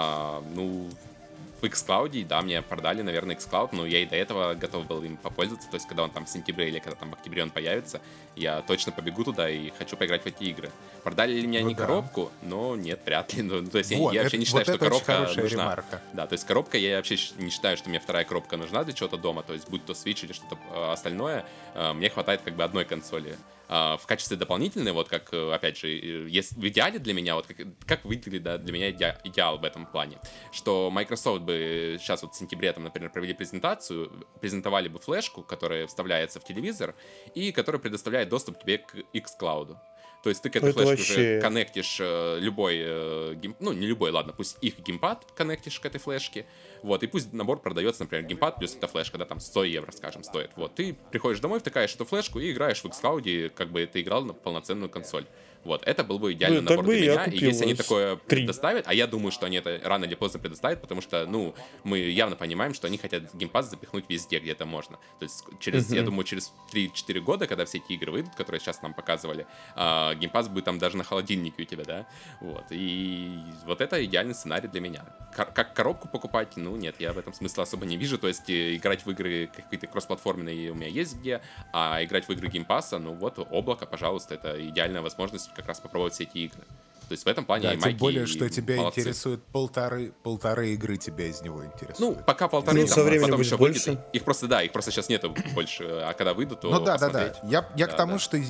Ну, в xCloud, да, мне продали, наверное, xCloud, но я и до этого готов был им попользоваться, то есть когда он там в сентябре или когда там в октябре он появится, я точно побегу туда и хочу поиграть в эти игры. Продали ли мне они коробку? Но нет, вряд ли. Ну, то есть я вообще не считаю, что коробка нужна. Ремарка. Да, то есть коробка, я вообще не считаю, что мне вторая коробка нужна для чего-то дома, то есть будь то Switch или что-то остальное, мне хватает как бы одной консоли. В качестве дополнительной, вот как, опять же, в идеале для меня, вот как выглядит, да, для меня идеал в этом плане, что Microsoft бы сейчас вот в сентябре, там, например, провели презентацию, презентовали бы флешку, которая вставляется в телевизор и которая предоставляет доступ тебе к xCloud. То есть ты к этой флешке уже коннектишь любой, ну не любой, ладно, пусть их геймпад коннектишь к этой флешке, вот, и пусть набор продается, например, геймпад плюс эта флешка, да, там 100 евро, скажем, стоит. Вот, ты приходишь домой, втыкаешь эту флешку и играешь в xCloud, как бы ты играл на полноценную консоль. Вот, это был бы идеальный набор для меня, и если они такое предоставят, а я думаю, что они это рано или поздно предоставят, потому что, ну, мы явно понимаем, что они хотят геймпад запихнуть везде, где это можно. То есть, я думаю, через 3-4 года, когда все эти игры выйдут, которые сейчас нам показывали, геймпад будет там даже на холодильнике у тебя, да, вот, и вот это идеальный сценарий для меня. Как коробку покупать, ну, нет, я в этом смысла особо не вижу, то есть, играть в игры какие-то кроссплатформенные у меня есть где, а играть в игры геймпасса, ну, вот, облако, пожалуйста, это идеальная возможность как раз попробовать все эти игры. То есть в этом плане да, и майки, тем более, что тебя молодцы. интересует полторы игры тебя из него интересуют. Ну, пока полторы, Ну, там, со временем потом будет еще больше. выйдет. Их просто сейчас нету больше, а когда выйдут, то Ну да. посмотреть. Я к тому, да. что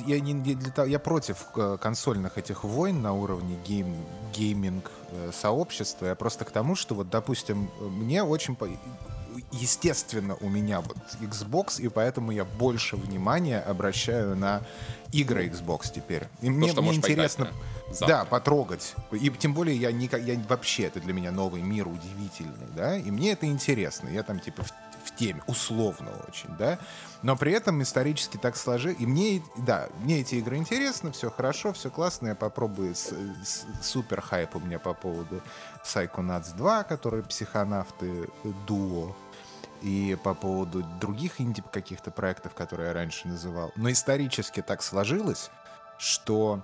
я против консольных этих войн на уровне гейминг сообщества. Я просто к тому, что вот, допустим, мне очень естественно, у меня вот Xbox, и поэтому я больше внимания обращаю на игры Xbox теперь. И мне интересно, да, потрогать. И тем более я вообще, это для меня новый мир удивительный, да, и мне это интересно. Я там типа в теме, условно очень, да, но при этом исторически так сложилось. И мне эти игры интересны, все хорошо, все классно, я попробую супер хайп у меня по поводу Psychonauts 2, который психонавты дуо, и по поводу других инди каких-то проектов, которые я раньше называл. Но исторически так сложилось, что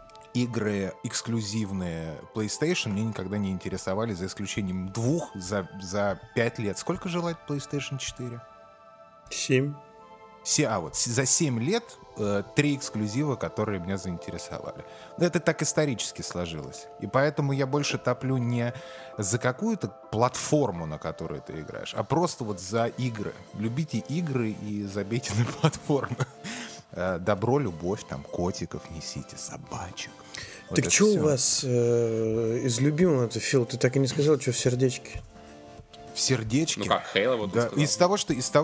игры эксклюзивные PlayStation мне никогда не интересовали, за исключением 2 за 5 лет. Сколько жила PlayStation 4? 7. Вот за 7 лет 3 эксклюзива, которые меня заинтересовали. Это так исторически сложилось. И поэтому я больше топлю не за какую-то платформу, на которую ты играешь, а просто вот за игры. Любите игры и забейте на платформы. Добро, любовь, там, котиков несите, собачек. Так Вот что всё. у вас из любимого-то, Фил? Ты так и не сказал, что в сердечке. В сердечке. Ну как, Halo вот Да, сказал.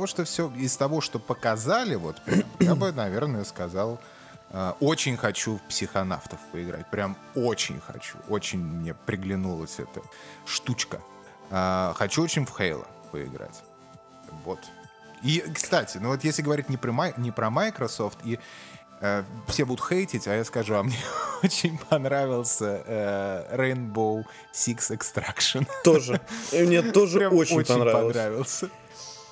из того, что показали, вот прям, я бы, наверное, сказал, очень хочу в психонавтов поиграть. Прям очень хочу. Очень мне приглянулась эта штучка. Хочу очень в Halo поиграть. Вот. И, кстати, ну вот если говорить не про Microsoft, и все будут хейтить, а я скажу, а мне очень понравился Rainbow Six Extraction. Тоже. И мне тоже Прям очень понравился.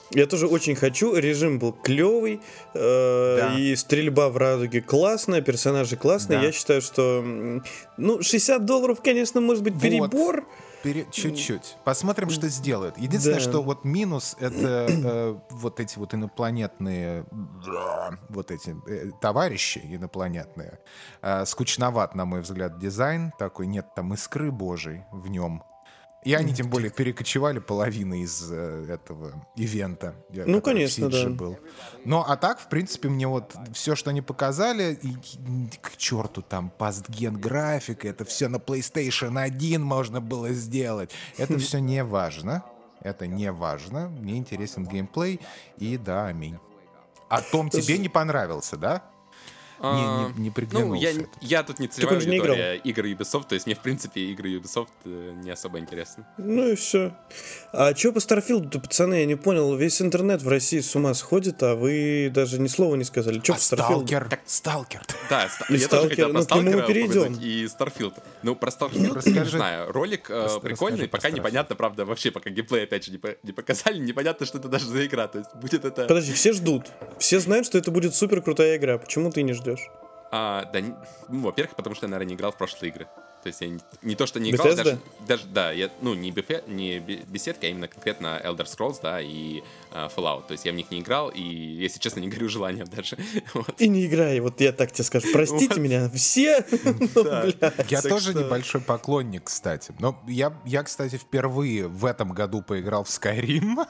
Я тоже очень хочу. Режим был клевый, и стрельба в радуге классная, персонажи классные. Да. Я считаю, что $60, конечно, может быть перебор. Чуть-чуть. Посмотрим, что сделают. Единственное, Да. что вот минус — это вот эти вот инопланетные вот эти товарищи инопланетные. Скучноват, на мой взгляд, дизайн такой. Нет там искры божьей в нем. И они, тем более, перекочевали половину из этого ивента. Ну, конечно, в Сидже да. был. Ну, а так, в принципе, мне вот все, что они показали, и к черту там пастген графика, это все на PlayStation 1 можно было сделать. Это все не важно. Это не важно. Мне интересен геймплей. И да, аминь. А Том тебе не понравился, да? Не приглянулся. Ну, этот. я тут не целевая он же не аудитория игр Ubisoft, то есть мне, в принципе, игры Ubisoft не особо интересны. Ну и все. А чё по Старфилду-то, пацаны, я не понял. Весь интернет в России с ума сходит, а вы даже ни слова не сказали. Чё А по Старфилду? Сталкер. Да, И я тоже Stalker, хотел про ну, к нему мы Сталкера перейдем. упомянуть и Starfield. Ну, про Starfield, Расскажи. не знаю, ролик прикольный, расскажи пока про непонятно, правда, вообще, пока геймплей, опять же, не показали, непонятно, что это даже за игра, то есть будет это... Подожди, все ждут. Все знают, что это будет супер крутая игра. Почему ты не ждешь? Во-первых, потому что я, наверное, не играл в прошлые игры. То есть я не то, что не играл, Bethesda? даже да, я, не беседки, а именно конкретно Elder Scrolls, да, и Fallout. То есть я в них не играл, и, если честно, не горю желанием даже. Вот. И не играй, вот я так тебе скажу. Простите меня, все. Ну, блядь. Я Так тоже что- небольшой поклонник, кстати. Но я, кстати, впервые в этом году поиграл в Skyrim.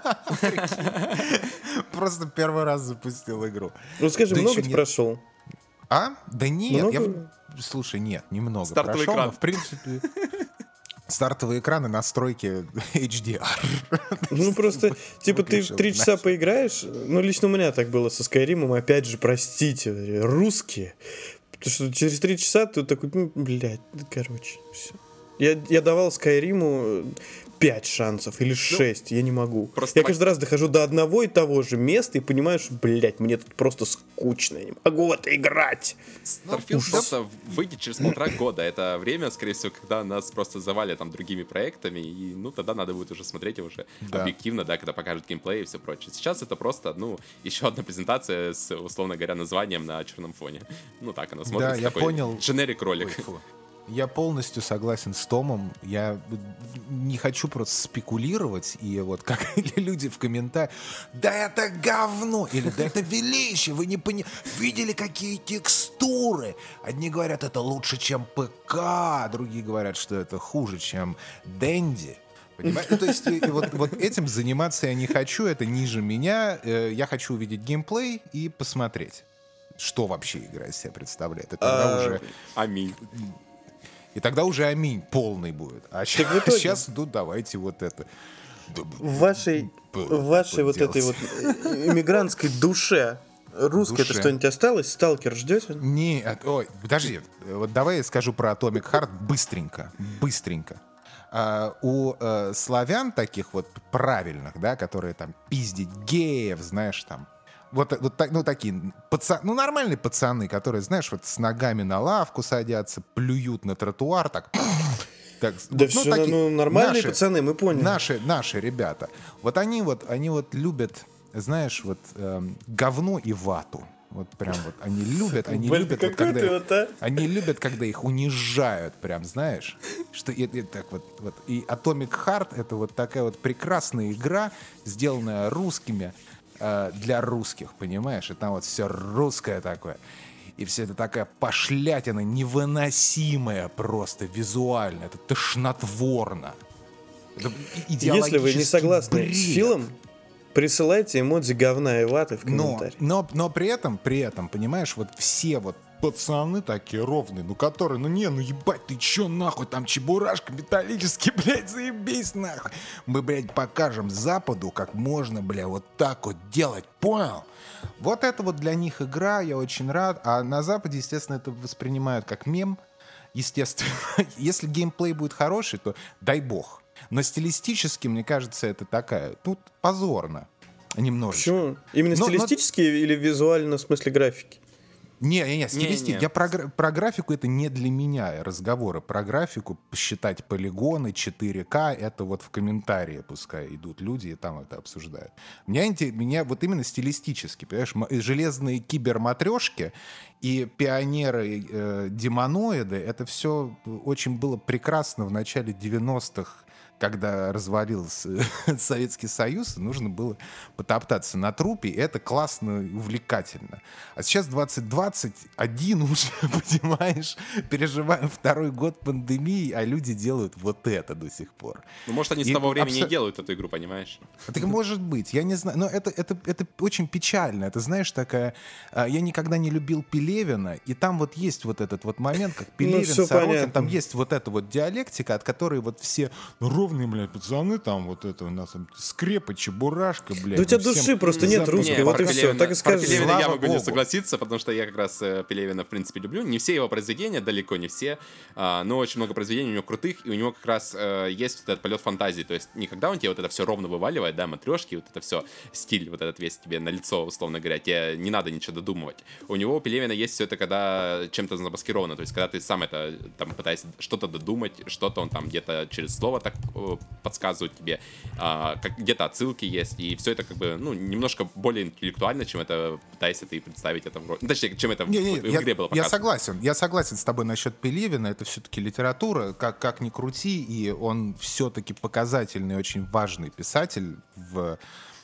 Просто первый раз запустил игру. Ну скажи, Да много еще ты нет. прошел? А? Да нет. Много? Слушай, нет, немного Стартовый прошел, экран. но, в принципе... Стартовые экраны, настройки HDR. Ну просто, типа, ты в Выключил 3 часа нафиг. поиграешь. Ну, лично у меня так было со Скайримом. Опять же, простите, русские. Потому что через 3 часа ты такой, ну, блядь, короче, все. Я давал Скайриму 5 шансов или 6, я не могу. просто Я каждый раз дохожу до одного и того же места и понимаю, что, блядь, мне тут просто скучно, я не могу в это играть. Starfield просто выйдет через 1,5 года. Это время, скорее всего, когда нас просто завалят там другими проектами, и, ну, тогда надо будет уже смотреть его уже Да. объективно, да, когда покажут геймплей и все прочее. Сейчас это просто, ну, еще одна презентация с, условно говоря, названием на черном фоне. Ну, так она смотрится. я такой понял. Дженерик ролик. Ой, фу. Я полностью согласен с Томом. Я не хочу просто спекулировать. И вот как люди в комментариях: да это говно! Или да это величие! Вы не видели, какие текстуры? Одни говорят, это лучше, чем ПК. Другие говорят, что это хуже, чем Dendy. Понимаете? То есть и вот этим заниматься я не хочу. Это ниже меня. Я хочу увидеть геймплей и посмотреть, что вообще игра из себя представляет. И тогда уже... Аминь. И тогда уже аминь полный будет. А в итоге- сейчас, ну, давайте вот это. В вашей вот этой вот иммигрантской душе русской это Душе. что-нибудь осталось? Сталкер ждете? Нет, ой, подожди. Вот давай я скажу про Atomic Heart быстренько. У славян таких вот правильных, да, которые там пиздить геев, знаешь, там, вот так, ну, такие, ну, нормальные пацаны, которые, знаешь, вот с ногами на лавку садятся, плюют на тротуар, так... Так, Да вот, все, такие ну, нормальные наши- пацаны, мы поняли. Наши ребята. Вот они вот любят, знаешь, вот говно и вату. Вот прям вот они любят Блин, вот, какой когда ты вот, а? они любят, когда их унижают, прям, знаешь, что и так вот. И Atomic Heart — это вот такая вот прекрасная игра, сделанная русскими для русских, понимаешь? И там вот все русское такое. И все это такая пошлятина невыносимая просто визуально. Это тошнотворно. Это Если вы не идеологический согласны бред. с Филом, присылайте эмодзи говна и ваты в комментарии. Но при этом, понимаешь, вот все вот пацаны такие ровные, ну которые, ну ебать, ты чё нахуй, там чебурашка металлический, блядь, заебись нахуй. Мы, блядь, покажем Западу, как можно, бля, вот так вот делать, понял? Вот это вот для них игра, я очень рад. А на Западе, естественно, это воспринимают как мем. Естественно, если геймплей будет хороший, то дай бог. Но стилистически, мне кажется, это такая, тут позорно. Немножечко. Почему? Именно Но- стилистически или визуально в смысле графики? Не, стилистика. Не. Я про графику, это не для меня разговоры. Про графику, посчитать полигоны, 4К, это вот в комментарии пускай идут люди и там это обсуждают. Меня вот именно стилистически, понимаешь, железные киберматрешки и пионеры демоноиды, это все очень было прекрасно в начале 90-х, когда развалился Советский Союз, нужно было потоптаться на трупе, и это классно и увлекательно. А сейчас 2021 уже, понимаешь, переживаем второй год пандемии, а люди делают вот это до сих пор. Ну, может, они с того времени и делают эту игру, понимаешь? Так может быть, я не знаю, но это очень печально. Это, знаешь, такая... Я никогда не любил Пелевина, и там вот есть вот этот вот момент, как Пелевин, Сорокин, понятно. Там есть вот эта вот диалектика, от которой вот все ровные, блядь, пацаны, там вот это у нас там скрепы, чебурашка, блядь. Да у тебя души просто нет русской, вот и все, так и скажи. Пелевина я могу не согласиться, потому что я как раз Пелевина, в принципе, люблю. Не все его произведения, далеко не все, но очень много произведений у него крутых, и у него как раз есть вот этот полет фантазии, то есть никогда он тебе вот это все ровно вываливает, да, матрешки, вот это все, стиль вот этот весь тебе на лицо, условно говоря, тебе не надо ничего додумывать. У него, у Пелевина, есть все это, когда чем-то замаскировано, то есть когда ты сам это, там, пытаешься что-то додумать, что-то он там где-то через слово так подсказывает тебе, где-то отсылки есть, и все это как бы, ну, немножко более интеллектуально, чем это пытаясь ты представить это в роли. Точнее, чем это в игре было показано. Я согласен с тобой насчет Пелевина, это все-таки литература, как ни крути, и он все-таки показательный, очень важный писатель в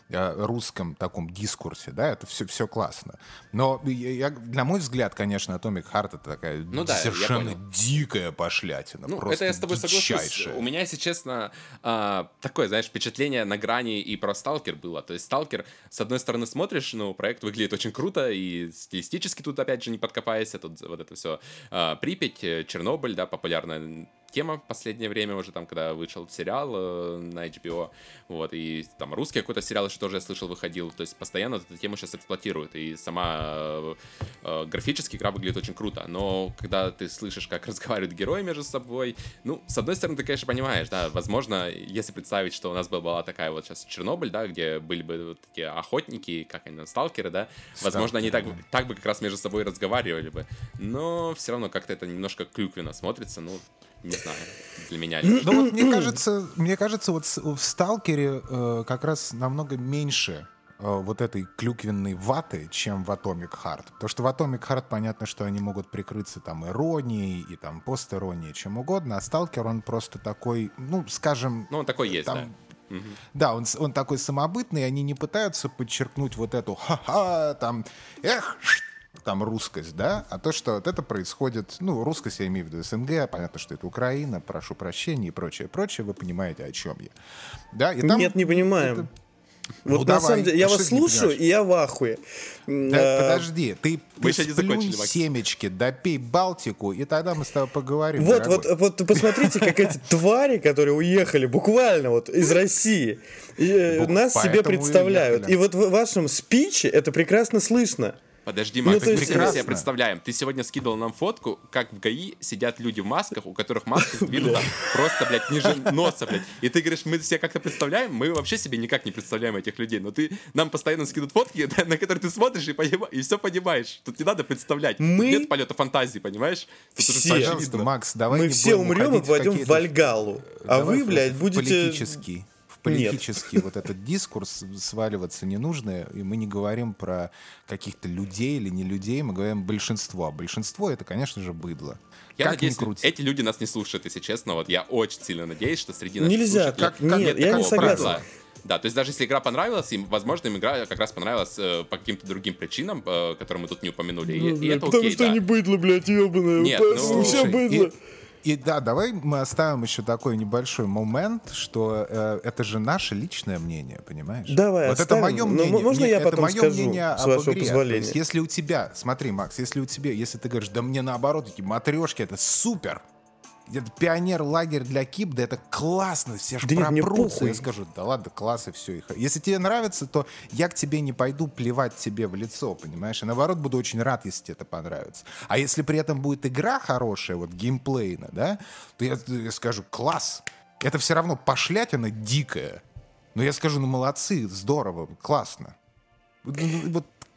русском таком дискурсе, да, это все классно. Но на мой взгляд, конечно, Atomic Heart это такая совершенно дикая пошлятина. Ну, просто это я с тобой дичайшая. соглашусь. У меня, если честно, такое, знаешь, впечатление на грани и про Сталкер было. То есть Сталкер, с одной стороны, смотришь, ну, проект выглядит очень круто, и стилистически тут, опять же, не подкопаешься, тут вот это все Припять, Чернобыль, да, популярная тема в последнее время уже, там, когда вышел сериал на HBO, вот, и там русский какой-то сериал еще тоже, я слышал, выходил, то есть постоянно вот эту тему сейчас эксплуатируют, и сама графически игра выглядит очень круто, но когда ты слышишь, как разговаривают герои между собой, ну, с одной стороны, ты, конечно, понимаешь, да, возможно, если представить, что у нас была такая вот сейчас Чернобыль, да, где были бы вот эти охотники, как они, сталкеры, да, возможно, они так бы как раз между собой разговаривали бы, но все равно как-то это немножко клюквенно смотрится, ну, не знаю, для меня. Ну вот мне кажется, вот в Сталкере как раз намного меньше вот этой клюквенной ваты, чем в Atomic Heart. Потому что в Atomic Heart понятно, что они могут прикрыться там иронией и там постеронией, чем угодно, а Сталкер, он просто такой, ну, скажем... Ну, он такой есть, там, да. Да, он такой самобытный, они не пытаются подчеркнуть вот эту ха-ха, там, там русскость, да, а то, что вот это происходит, ну, русскость я имею в виду СНГ, понятно, что это Украина, прошу прощения и прочее, вы понимаете, о чем я. Да, и там нет, не понимаем. Это... Вот ну, на давай. самом деле, я вас слушаю, и я в ахуе. Да, подожди, ты сплюнь Макс. семечки, допей Балтику, и тогда мы с тобой поговорим. Вот посмотрите, как эти твари, которые уехали буквально вот из России, нас себе представляют. И вот в вашем спиче это прекрасно слышно. Подожди, Макс, мы себе представляем. Ты сегодня скидывал нам фотку, как в ГАИ сидят люди в масках, у которых маски сдвинуты просто, блядь, ниже носа, блядь. И ты говоришь, мы себе как-то представляем? Мы вообще себе никак не представляем этих людей. Но ты нам постоянно скидывают фотки, на которые ты смотришь и все понимаешь. Тут не надо представлять. Нет полета фантазии, понимаешь? Пожалуйста, Макс, давай мы все умрем и пойдем в Вальгаллу. А вы, блядь, будете... Политический вот этот дискурс сваливаться не нужно, и мы не говорим про каких-то людей или не людей, мы говорим большинство. А большинство — это, конечно же, быдло. Я надеюсь, эти люди нас не слушают, если честно. Вот я очень сильно надеюсь, что среди нас нельзя, нет, я не согласен. Да, то есть даже если игра понравилась, им, возможно, им игра как раз понравилась по каким-то другим причинам, которые мы тут не упомянули. И это потому окей, что да. они быдло, блядь, ебаное. Нет, ну, все быдло. И да, давай мы оставим еще такой небольшой момент, что это же наше личное мнение, понимаешь? Давай вот оставим. Это мое мнение. Можно я потом это мое скажу, мнение с вашего игре. позволения? То есть, если у тебя, смотри, Макс, если ты говоришь, да мне наоборот, эти матрешки, это супер, это пионер-лагерь для КИП, да это классно, все же пропрутся. Я скажу, да ладно, класс и все. Если тебе нравится, то я к тебе не пойду плевать тебе в лицо, понимаешь? И наоборот, буду очень рад, если тебе это понравится. А если при этом будет игра хорошая, вот геймплейно, да, то я скажу, класс. Это все равно пошлятина дикая. Но я скажу, ну молодцы, здорово, классно. Вот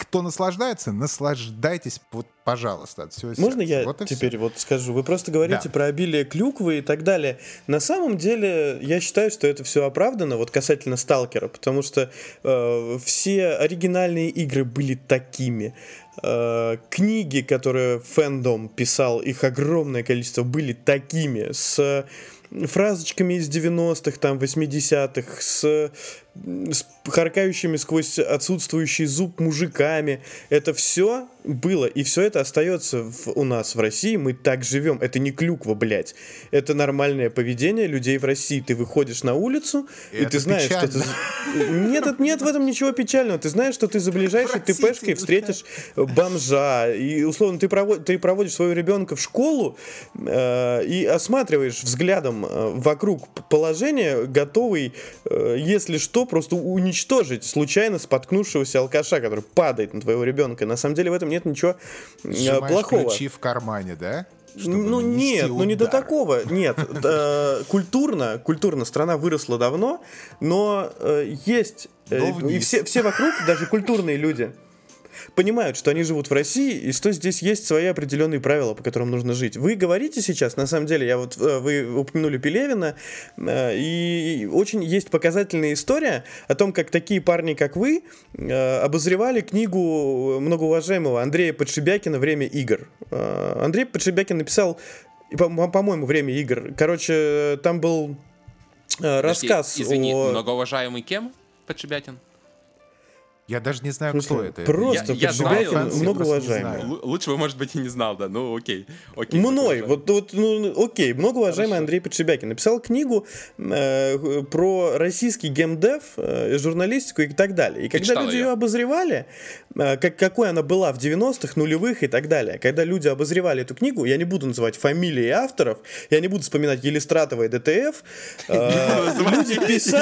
кто наслаждается, наслаждайтесь, вот, пожалуйста, от всего Можно сердца. я Вот и теперь всё. вот скажу? Вы просто говорите Да. про обилие клюквы и так далее. На самом деле, я считаю, что это все оправдано, вот касательно Сталкера, потому что все оригинальные игры были такими. Книги, которые фэндом писал, их огромное количество, были такими, с фразочками из 90-х, там, 80-х, с харкающими сквозь отсутствующий зуб мужиками. Это все было, и все это остается у нас в России. Мы так живем. Это не клюква, блядь. Это нормальное поведение людей в России. Ты выходишь на улицу, и Это ты знаешь, что ты... Нет в этом ничего печального. Ты знаешь, что ты за ближайшей ТПшкой встретишь бомжа, и, условно, ты проводишь своего ребенка в школу и осматриваешь взглядом вокруг положение, готовый, если что, просто уничтожить случайно споткнувшегося алкаша, который падает на твоего ребенка. На самом деле в этом нет ничего Сжимаешь плохого. ключи в кармане, да? Чтобы Ну нанести нет, ну не до удар. такого. Нет, культурно страна выросла давно, но есть Но и вниз. все вокруг, даже культурные люди, понимают, что они живут в России, и что здесь есть свои определенные правила, по которым нужно жить. Вы говорите сейчас, на самом деле, вы упомянули Пелевина, и очень есть показательная история о том, как такие парни, как вы, обозревали книгу многоуважаемого Андрея Подшибякина «Время игр». Андрей Подшибякин написал, по-моему, «Время игр». Короче, там был рассказ Извини, о... многоуважаемый кем? Подшибякин? Я даже не знаю, В смысле, кто это. просто Я Подшибякин знаю, многоуважаемый. Лучше бы, может быть, и не знал, да. Ну, окей. Мной, окей, многоуважаемый Андрей Подшибякин написал книгу про российский геймдев, журналистику и так далее. И когда читал люди её? ее обозревали, какой она была в 90-х, нулевых и так далее, когда люди обозревали эту книгу, я не буду называть фамилии авторов, я не буду вспоминать Елистратова и ДТФ, люди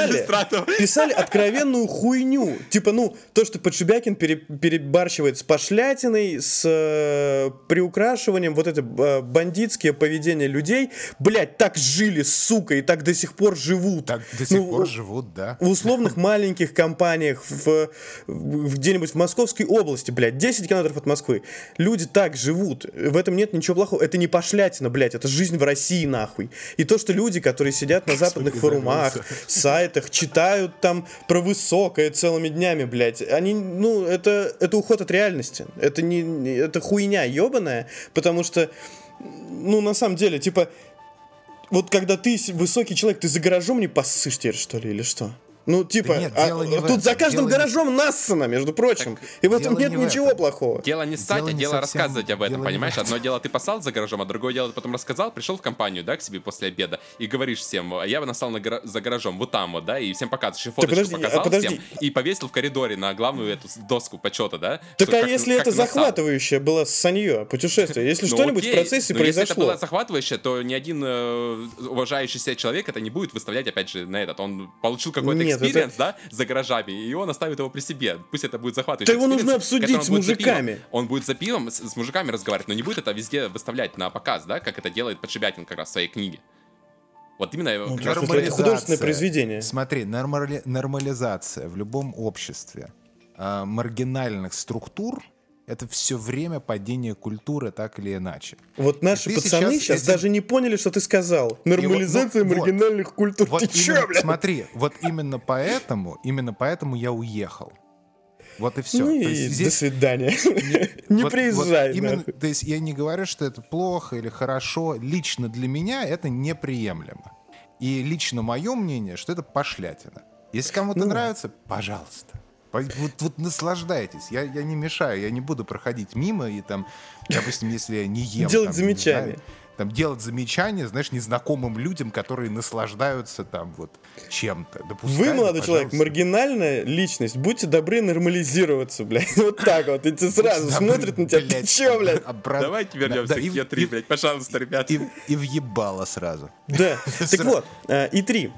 писали откровенную хуйню. Типа, то, что Подшибякин перебарщивает с пошлятиной, с приукрашиванием, вот это бандитское поведение людей, блять, так жили, сука, и так до сих пор живут. Так до сих пор живут, да. В условных маленьких компаниях, где-нибудь в Московской области, блядь, 10 километров от Москвы. Люди так живут. В этом нет ничего плохого. Это не пошлятина, блядь, это жизнь в России, нахуй. И то, что люди, которые сидят на западных форумах, сайтах, читают там про высокое целыми днями, блядь, они, это уход от реальности. Это хуйня ебаная, потому что, на самом деле, типа, вот когда ты высокий человек, ты за гаражом не поссышь теперь, что ли, или что? Типа, Да нет, дело не в тут этом. за каждым Дело не- гаражом нассано, между прочим. Так, и в этом дело нет не в ничего этом. плохого. Дело не ссать, Дело а не дело совсем- рассказывать об этом, дело не понимаешь? в этом. Одно дело ты посал за гаражом, а другое дело ты потом рассказал, пришел в компанию, да, к себе после обеда, и говоришь всем, я бы настал за гаражом, вот там вот, да, и всем показываешь, и фоточку подожди, показал подожди. всем, и повесил в коридоре на главную эту доску почета, да? Так что а как- если как это ты нассал. захватывающее было санье, путешествие, если Ну, что-нибудь окей, в процессе но если это произошло. было захватывающее, то ни один уважающий себя человек это не будет выставлять, опять же, на этот. Он получил какой-то Нет, экспириенс, да, за гаражами, и он оставит его при себе. Пусть это будет захватывающий Да его нужно экспириенс, обсудить который он с будет за пивом. мужиками. Он будет за пивом с мужиками разговаривать, но не будет это везде выставлять на показ, да, как это делает Подшибякин как раз в своей книге. Вот именно как раз- Просто это художественное произведение. Смотри, нормализация в любом обществе маргинальных структур — это все время падение культуры, так или иначе. Вот наши И ты пацаны сейчас сейчас этим- даже не поняли, что ты сказал. Нормализация вот, маргинальных культур. Вот Ты чё, именно- блядь? смотри, вот именно поэтому я уехал. Вот и все. Ну и до свидания. Не приезжай. нахуй. То есть я не говорю, что это плохо или хорошо. Лично для меня это неприемлемо. И лично мое мнение, что это пошлятина. Если кому-то нравится, пожалуйста. Вот наслаждайтесь. Я не мешаю, я не буду проходить мимо и там, допустим, если я не ем. Делать там, замечания. не знаю, там делать замечания, знаешь, незнакомым людям, которые наслаждаются там вот чем-то. Да пускай, Вы, молодой да, человек, пожалуйста. маргинальная личность, будьте добры нормализироваться, блядь. Вот так вот. И ты сразу Будьте смотрит добры, на тебя, ты блядь, чё, блядь? обратно. Давайте вернемся Да, к Е3, блядь, пожалуйста, ребят. И въебало сразу. Да. Так вот, И3.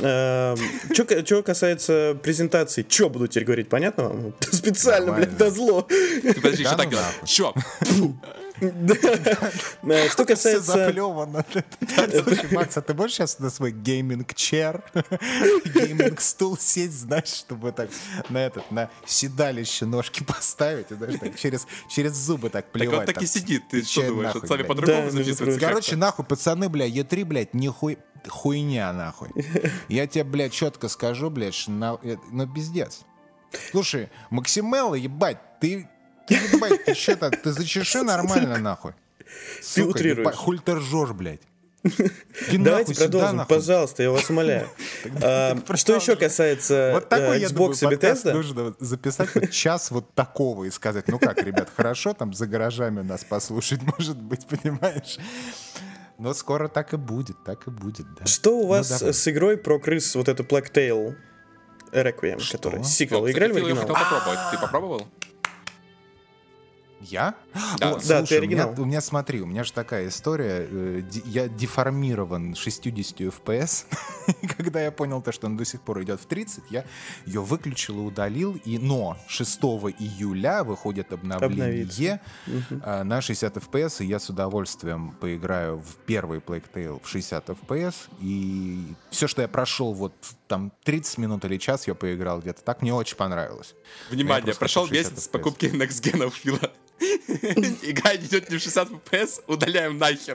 Что касается презентации, что буду теперь говорить, понятно вам? Специально, Нормально. блядь, до зло. Ты подожди, Да что ну так делать? нахуй. Чё? Что касается... заплевано. Слушай, Макс, а ты можешь сейчас на свой гейминг-чер, гейминг-стул сесть, знаешь, чтобы так на седалище ножки поставить, и, знаешь, так через зубы так плевать. Так он так и сидит, ты что чай думаешь, нахуй, он с вами блядь. по-другому Да, записывается? Короче, нахуй, пацаны, бля, Е3, блядь, хуйня, нахуй. Я тебе, блядь, четко скажу, блядь, что ну, пиздец. Слушай, Максимелла, ебать, ты ебать, ты что так, ты зачеши нормально, нахуй. Ты утрируешь. Хуль ты ржешь, блядь. Иди Давайте нахуй сюда, продолжим, нахуй. пожалуйста, я вас умоляю. Что еще касается Вот такой, я думаю, Xbox и подкаст Bethesda? нужно записать вот час вот такого и сказать, ну как, ребят, хорошо там за гаражами нас послушать, может быть, понимаешь? Но скоро так и будет, да. Что у Ну, вас давай. с игрой про крыс, вот эту Plague Tale Requiem, который сиквел? Кстати, Играли в Фил, я хотел оригинал? попробовать. Ты попробовал? Я? Да. О, Да, слушай, ты оригинал. у меня, смотри, у меня же такая история. Я деформирован 60 FPS. Когда я понял то, что он до сих пор идет в 30, я ее выключил и удалил. Но 6 июля выходит обновление на 60 FPS, и я с удовольствием поиграю в первый Plague Tale в 60 FPS. И все, что я прошел вот там 30 минут или час, я поиграл где-то так, мне очень понравилось. Внимание, просто прошел хочу 60 месяц FPS. покупки Next Gen Фила. Игра идет не в 60 FPS, удаляем нахер.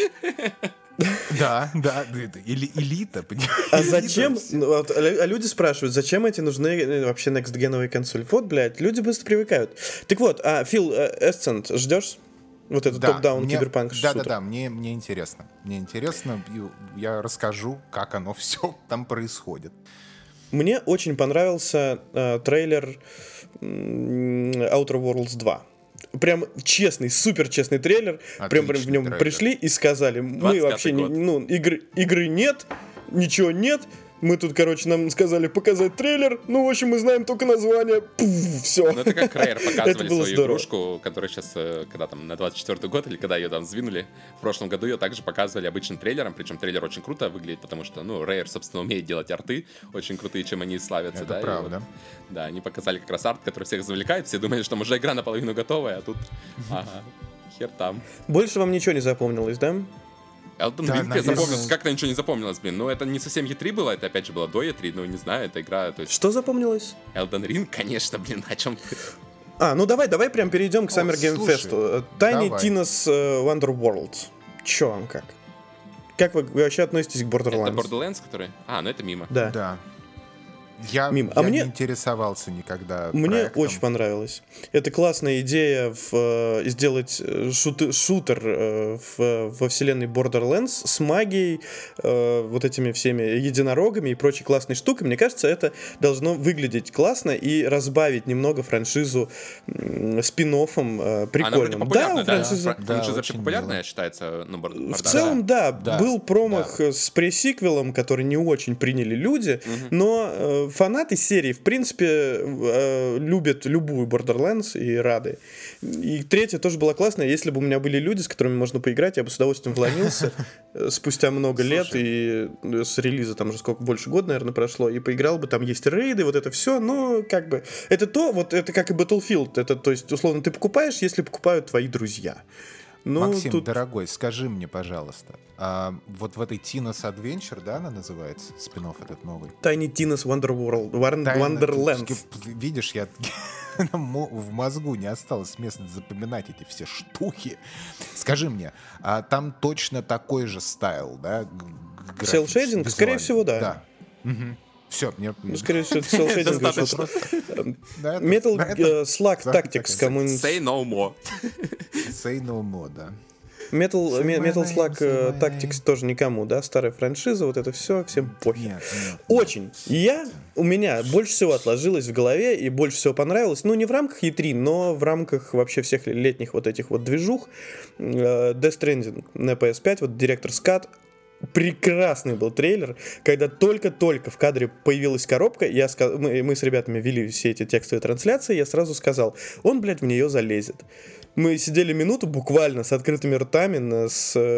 Да, или элита, понимаешь? А зачем? А люди спрашивают, зачем эти нужны вообще next-геновые консоли? Вот, блядь, люди быстро привыкают. Так вот, Фил, Ascent ждешь? Вот этот топ-даун киберпанк шутер. Да, мне интересно. Мне интересно, и я расскажу, как оно все там происходит. Мне очень понравился трейлер Outer Worlds 2. Прям честный, супер честный трейлер. Прям в нем трейлер. пришли и сказали, мы вообще, год. игры нет, ничего нет. Мы тут, короче, нам сказали показать трейлер. Ну, в общем, мы знаем только название. Все. Ну, это как Rare Это показывали было свою здорово. игрушку, которая сейчас, когда там на 24-й год, или когда ее там сдвинули, в прошлом году ее также показывали обычным трейлером, причем трейлер очень круто выглядит, потому что, ну, Rare, собственно, умеет делать арты, очень крутые, чем они славятся, Это да. и правда. вот, да, они показали как раз арт, который всех завлекает, все думали, что уже игра наполовину готовая, а тут, ага, хер там. Больше вам ничего не запомнилось, да? Elden Да, Ring, я наверное. запомнился, как-то ничего не запомнилось, блин. Ну, это не совсем E3 было, это опять же было до E3, ну, не знаю, это игра, то есть... Что запомнилось? Elden Ring, конечно, блин, о чем ты? Ну давай прям перейдем к Summer Game слушай, Fest. Tiny давай. Tina's Wonder World. Чё вам как? Как вы вообще относитесь к Borderlands? Это Borderlands, который? Ну это мимо. Да. Да. Я Мимо. не мне- интересовался никогда Мне проектом. очень понравилось. Это классная идея сделать шутер во вселенной Borderlands с магией, вот этими всеми единорогами и прочей классной штукой. Мне кажется, это должно выглядеть классно и разбавить немного франшизу спин-оффом Она прикольным. вроде популярная, у да? франшизы... Да, Франшиза вообще очень популярная мило. считается, ну, В целом, да, Да, был промах с пресиквелом, который не очень приняли люди, но фанаты серии, в принципе, любят любую Borderlands и рады. И третья тоже была классная. Если бы у меня были люди, с которыми можно поиграть, я бы с удовольствием вломился спустя много лет, и с релиза там уже сколько, больше года, наверное, прошло, и поиграл бы, там есть рейды, вот это все, но как бы... Это это как и Battlefield, это, то есть, условно, ты покупаешь, если покупают твои друзья. Ну, Максим, тут... дорогой, скажи мне, пожалуйста, вот в этой Tina's Adventure, да, она называется, спин-офф этот новый? Tiny Tina's Wonderland. Видишь, я в мозгу не осталось места запоминать эти все штуки. Скажи мне, а там точно такой же стайл, да? Cel-shading? Скорее всего, да. Все, мне... Ну, скорее всего, это Cel-shading. Достаточно. Metal Slug Tactics, кому-нибудь... Say no more. Say no more, да. Metal Say my Slug name, say my Tactics тоже никому, да? Старая франшиза, вот это все, всем похер. Нет. Очень. У меня больше всего отложилось в голове и больше всего понравилось, ну, не в рамках E3, но в рамках вообще всех летних вот этих вот движух. Death Stranding на PS5, вот Director's Cut. Прекрасный был трейлер, когда только-только в кадре появилась коробка, мы с ребятами вели все эти текстовые трансляции, я сразу сказал, он, блядь, в нее залезет. Мы сидели минуту буквально с открытыми ртами,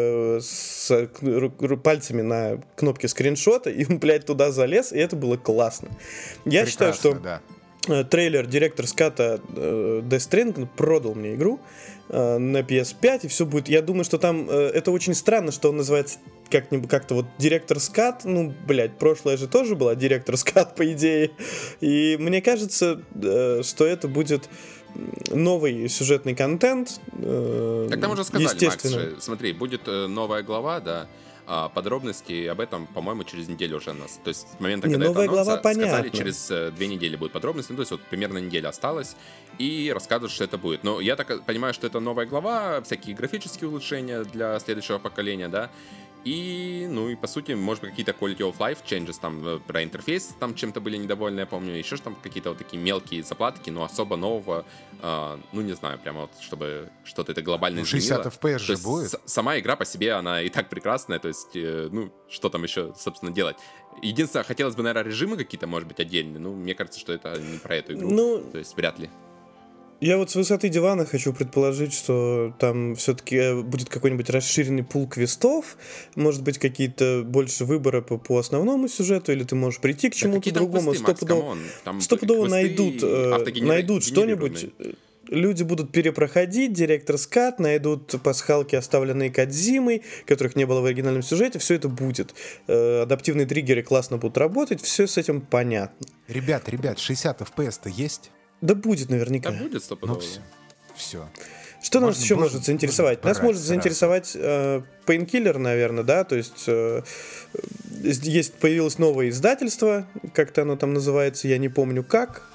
с пальцами на кнопке скриншота, и он, блядь, туда залез, и это было классно. Я считаю, что да. трейлер директор ската Death Stranding продал мне игру на PS5, и все будет. Я думаю, что там это очень странно, что он называется как-то вот директор скат. Ну, блядь, прошлое же тоже была директор скат, по идее. И мне кажется, что это будет новый сюжетный контент. Так там уже сказали, естественно. Макс, смотри, будет новая глава, да. Подробности об этом, по-моему, через неделю уже нас. То есть с момента, когда новая это анонса, глава сказали, понятно. через 2 недели будут подробности. Ну, то есть вот примерно неделя осталась. И рассказывают, что это будет. Но я так понимаю, что это новая глава, всякие графические улучшения для следующего поколения, да. И, ну и по сути, может быть, какие-то quality of life changes, там про интерфейс там чем-то были недовольны, я помню, еще там какие-то вот такие мелкие заплатки, но особо нового, ну не знаю, прямо вот, чтобы что-то это глобально изменило. 60 FPS же будет. Сама игра по себе, она и так прекрасная, то есть, ну, что там еще, собственно, делать. Единственное, хотелось бы, наверное, режимы какие-то, может быть, отдельные, ну, мне кажется, что это не про эту игру, Ну, то есть вряд ли. я вот с высоты дивана хочу предположить, что там все-таки будет какой-нибудь расширенный пул квестов, может быть, какие-то больше выбора по основному сюжету, или ты можешь прийти к чему-то другому. Стопудово найдут что-нибудь. Люди будут перепроходить, директор скат, найдут пасхалки, оставленные Кодзимой, которых не было в оригинальном сюжете, все это будет. Адаптивные триггеры классно будут работать, все с этим понятно. Ребят, 60 FPS-то есть? Да будет наверняка. Да будет стопудово. Ну все. Что нас еще может заинтересовать? Нас может заинтересовать Painkiller, наверное, да, то есть появилось новое издательство, как-то оно там называется, я не помню как.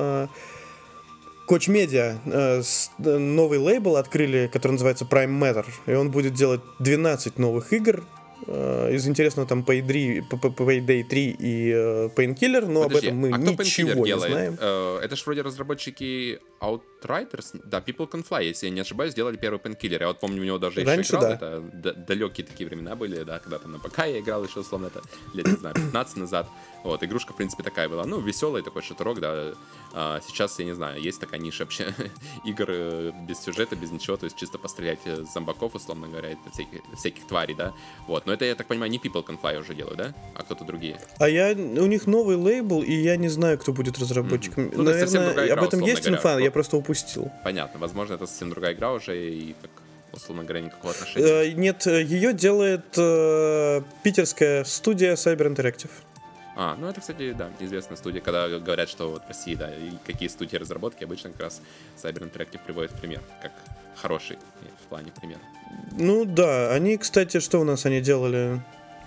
Koch Media новый лейбл открыли, который называется Prime Matter, и он будет делать 12 новых игр. Из интересного там Payday 3 и Painkiller, но об этом мы ничего не знаем. Это ж вроде разработчики Outriders, да, People Can Fly, если я не ошибаюсь, делали первый Painkiller. Я вот помню, у него даже раньше, еще играл, да. это далекие такие времена были, да, когда там на ПК я играл еще, условно, это лет, не знаю, 15 назад. Вот, игрушка, в принципе, такая была, ну, веселый такой шутерок, да. Сейчас, я не знаю, есть такая ниша вообще игр без сюжета, без ничего, то есть чисто пострелять зомбаков, условно говоря, это всяких тварей, да. Вот, но это, я так понимаю, не People Can Fly уже делают, да? А кто-то другие. У них новый лейбл, и я не знаю, кто будет разработчиком. Ну, наверное, об этом есть инфа, я просто упустил. Понятно, возможно, это совсем другая игра уже, и как, условно говоря, никакого отношения. Нет, ее делает питерская студия Cyber Interactive. Ну это, кстати, да, известная студия, когда говорят, что вот в России, да, и какие студии разработки, обычно как раз Cyber Interactive приводит в пример, как хороший в плане пример. Ну да, они, кстати, что у нас они делали?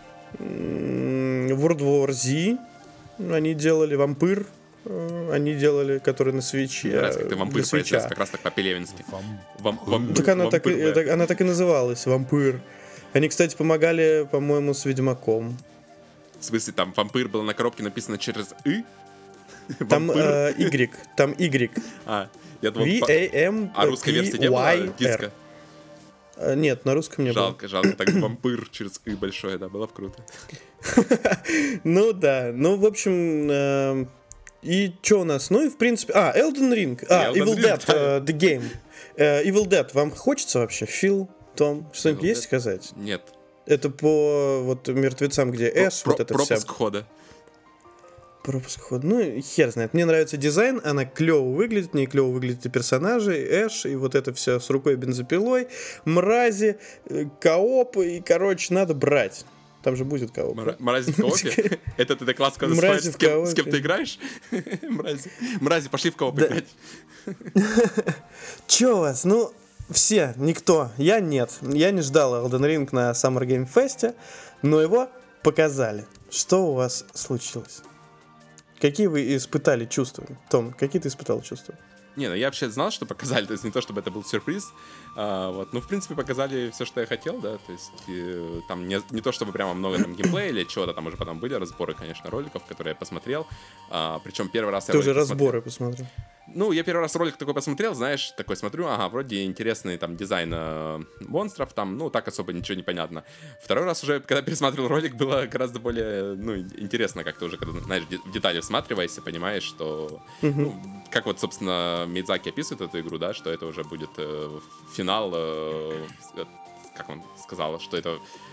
World War Z, они делали Вампир, они делали, который на свече. Мне нравится, как ты Вампир произнес, как раз так по-пелевински. Так она так и называлась, Вампир. Они, кстати, помогали, по-моему, с Ведьмаком. В смысле, там вампир было на коробке написано через «ы»? Там Y, там Y. Я думал, а русской версии не было диска? Нет, на русском не было. Жалко, так вампир через «ы» большое, да, было бы круто. Ну да, ну в общем, и что у нас? Ну и в принципе... Elden Ring, Evil Dead, The Game. Evil Dead, вам хочется вообще? Фил, Том, что-нибудь есть сказать? Нет. Это по вот мертвецам, где Эш, вот это вся... Пропуск хода. Пропуск хода. Ну, хер знает. Мне нравится дизайн, она клево выглядит, мне клево выглядят и персонажи, Эш, и вот это все с рукой бензопилой, мрази, кооп, и, короче, надо брать. Там же будет кооп. Мрази в коопе? Это ты так классно называешь, с кем ты играешь? Мрази, пошли в кооп играть. Че у вас? Ну... Все, никто. Я нет. Я не ждал Elden Ring на Summer Game Fest, но его показали. Что у вас случилось? Какие вы испытали чувства? Том, какие ты испытал чувства? Не, ну я вообще знал, что показали, то есть не то, чтобы это был сюрприз, вот, ну, в принципе, показали все, что я хотел, да, то есть там не то, чтобы прямо много там геймплея или чего-то, там уже потом были разборы, конечно, роликов, которые я посмотрел, причем первый раз я... Ты уже разборы посмотрел? Ну, я первый раз ролик такой посмотрел, знаешь, такой смотрю, вроде интересный там дизайн монстров, там, ну, так особо ничего не понятно. Второй раз уже, когда пересматривал ролик, было гораздо более, ну, интересно как-то уже, когда, знаешь, в детали всматриваешься, понимаешь, что, ну, как вот, собственно, Миядзаки описывает эту игру, да, что это уже будет финал, как он сказал, что это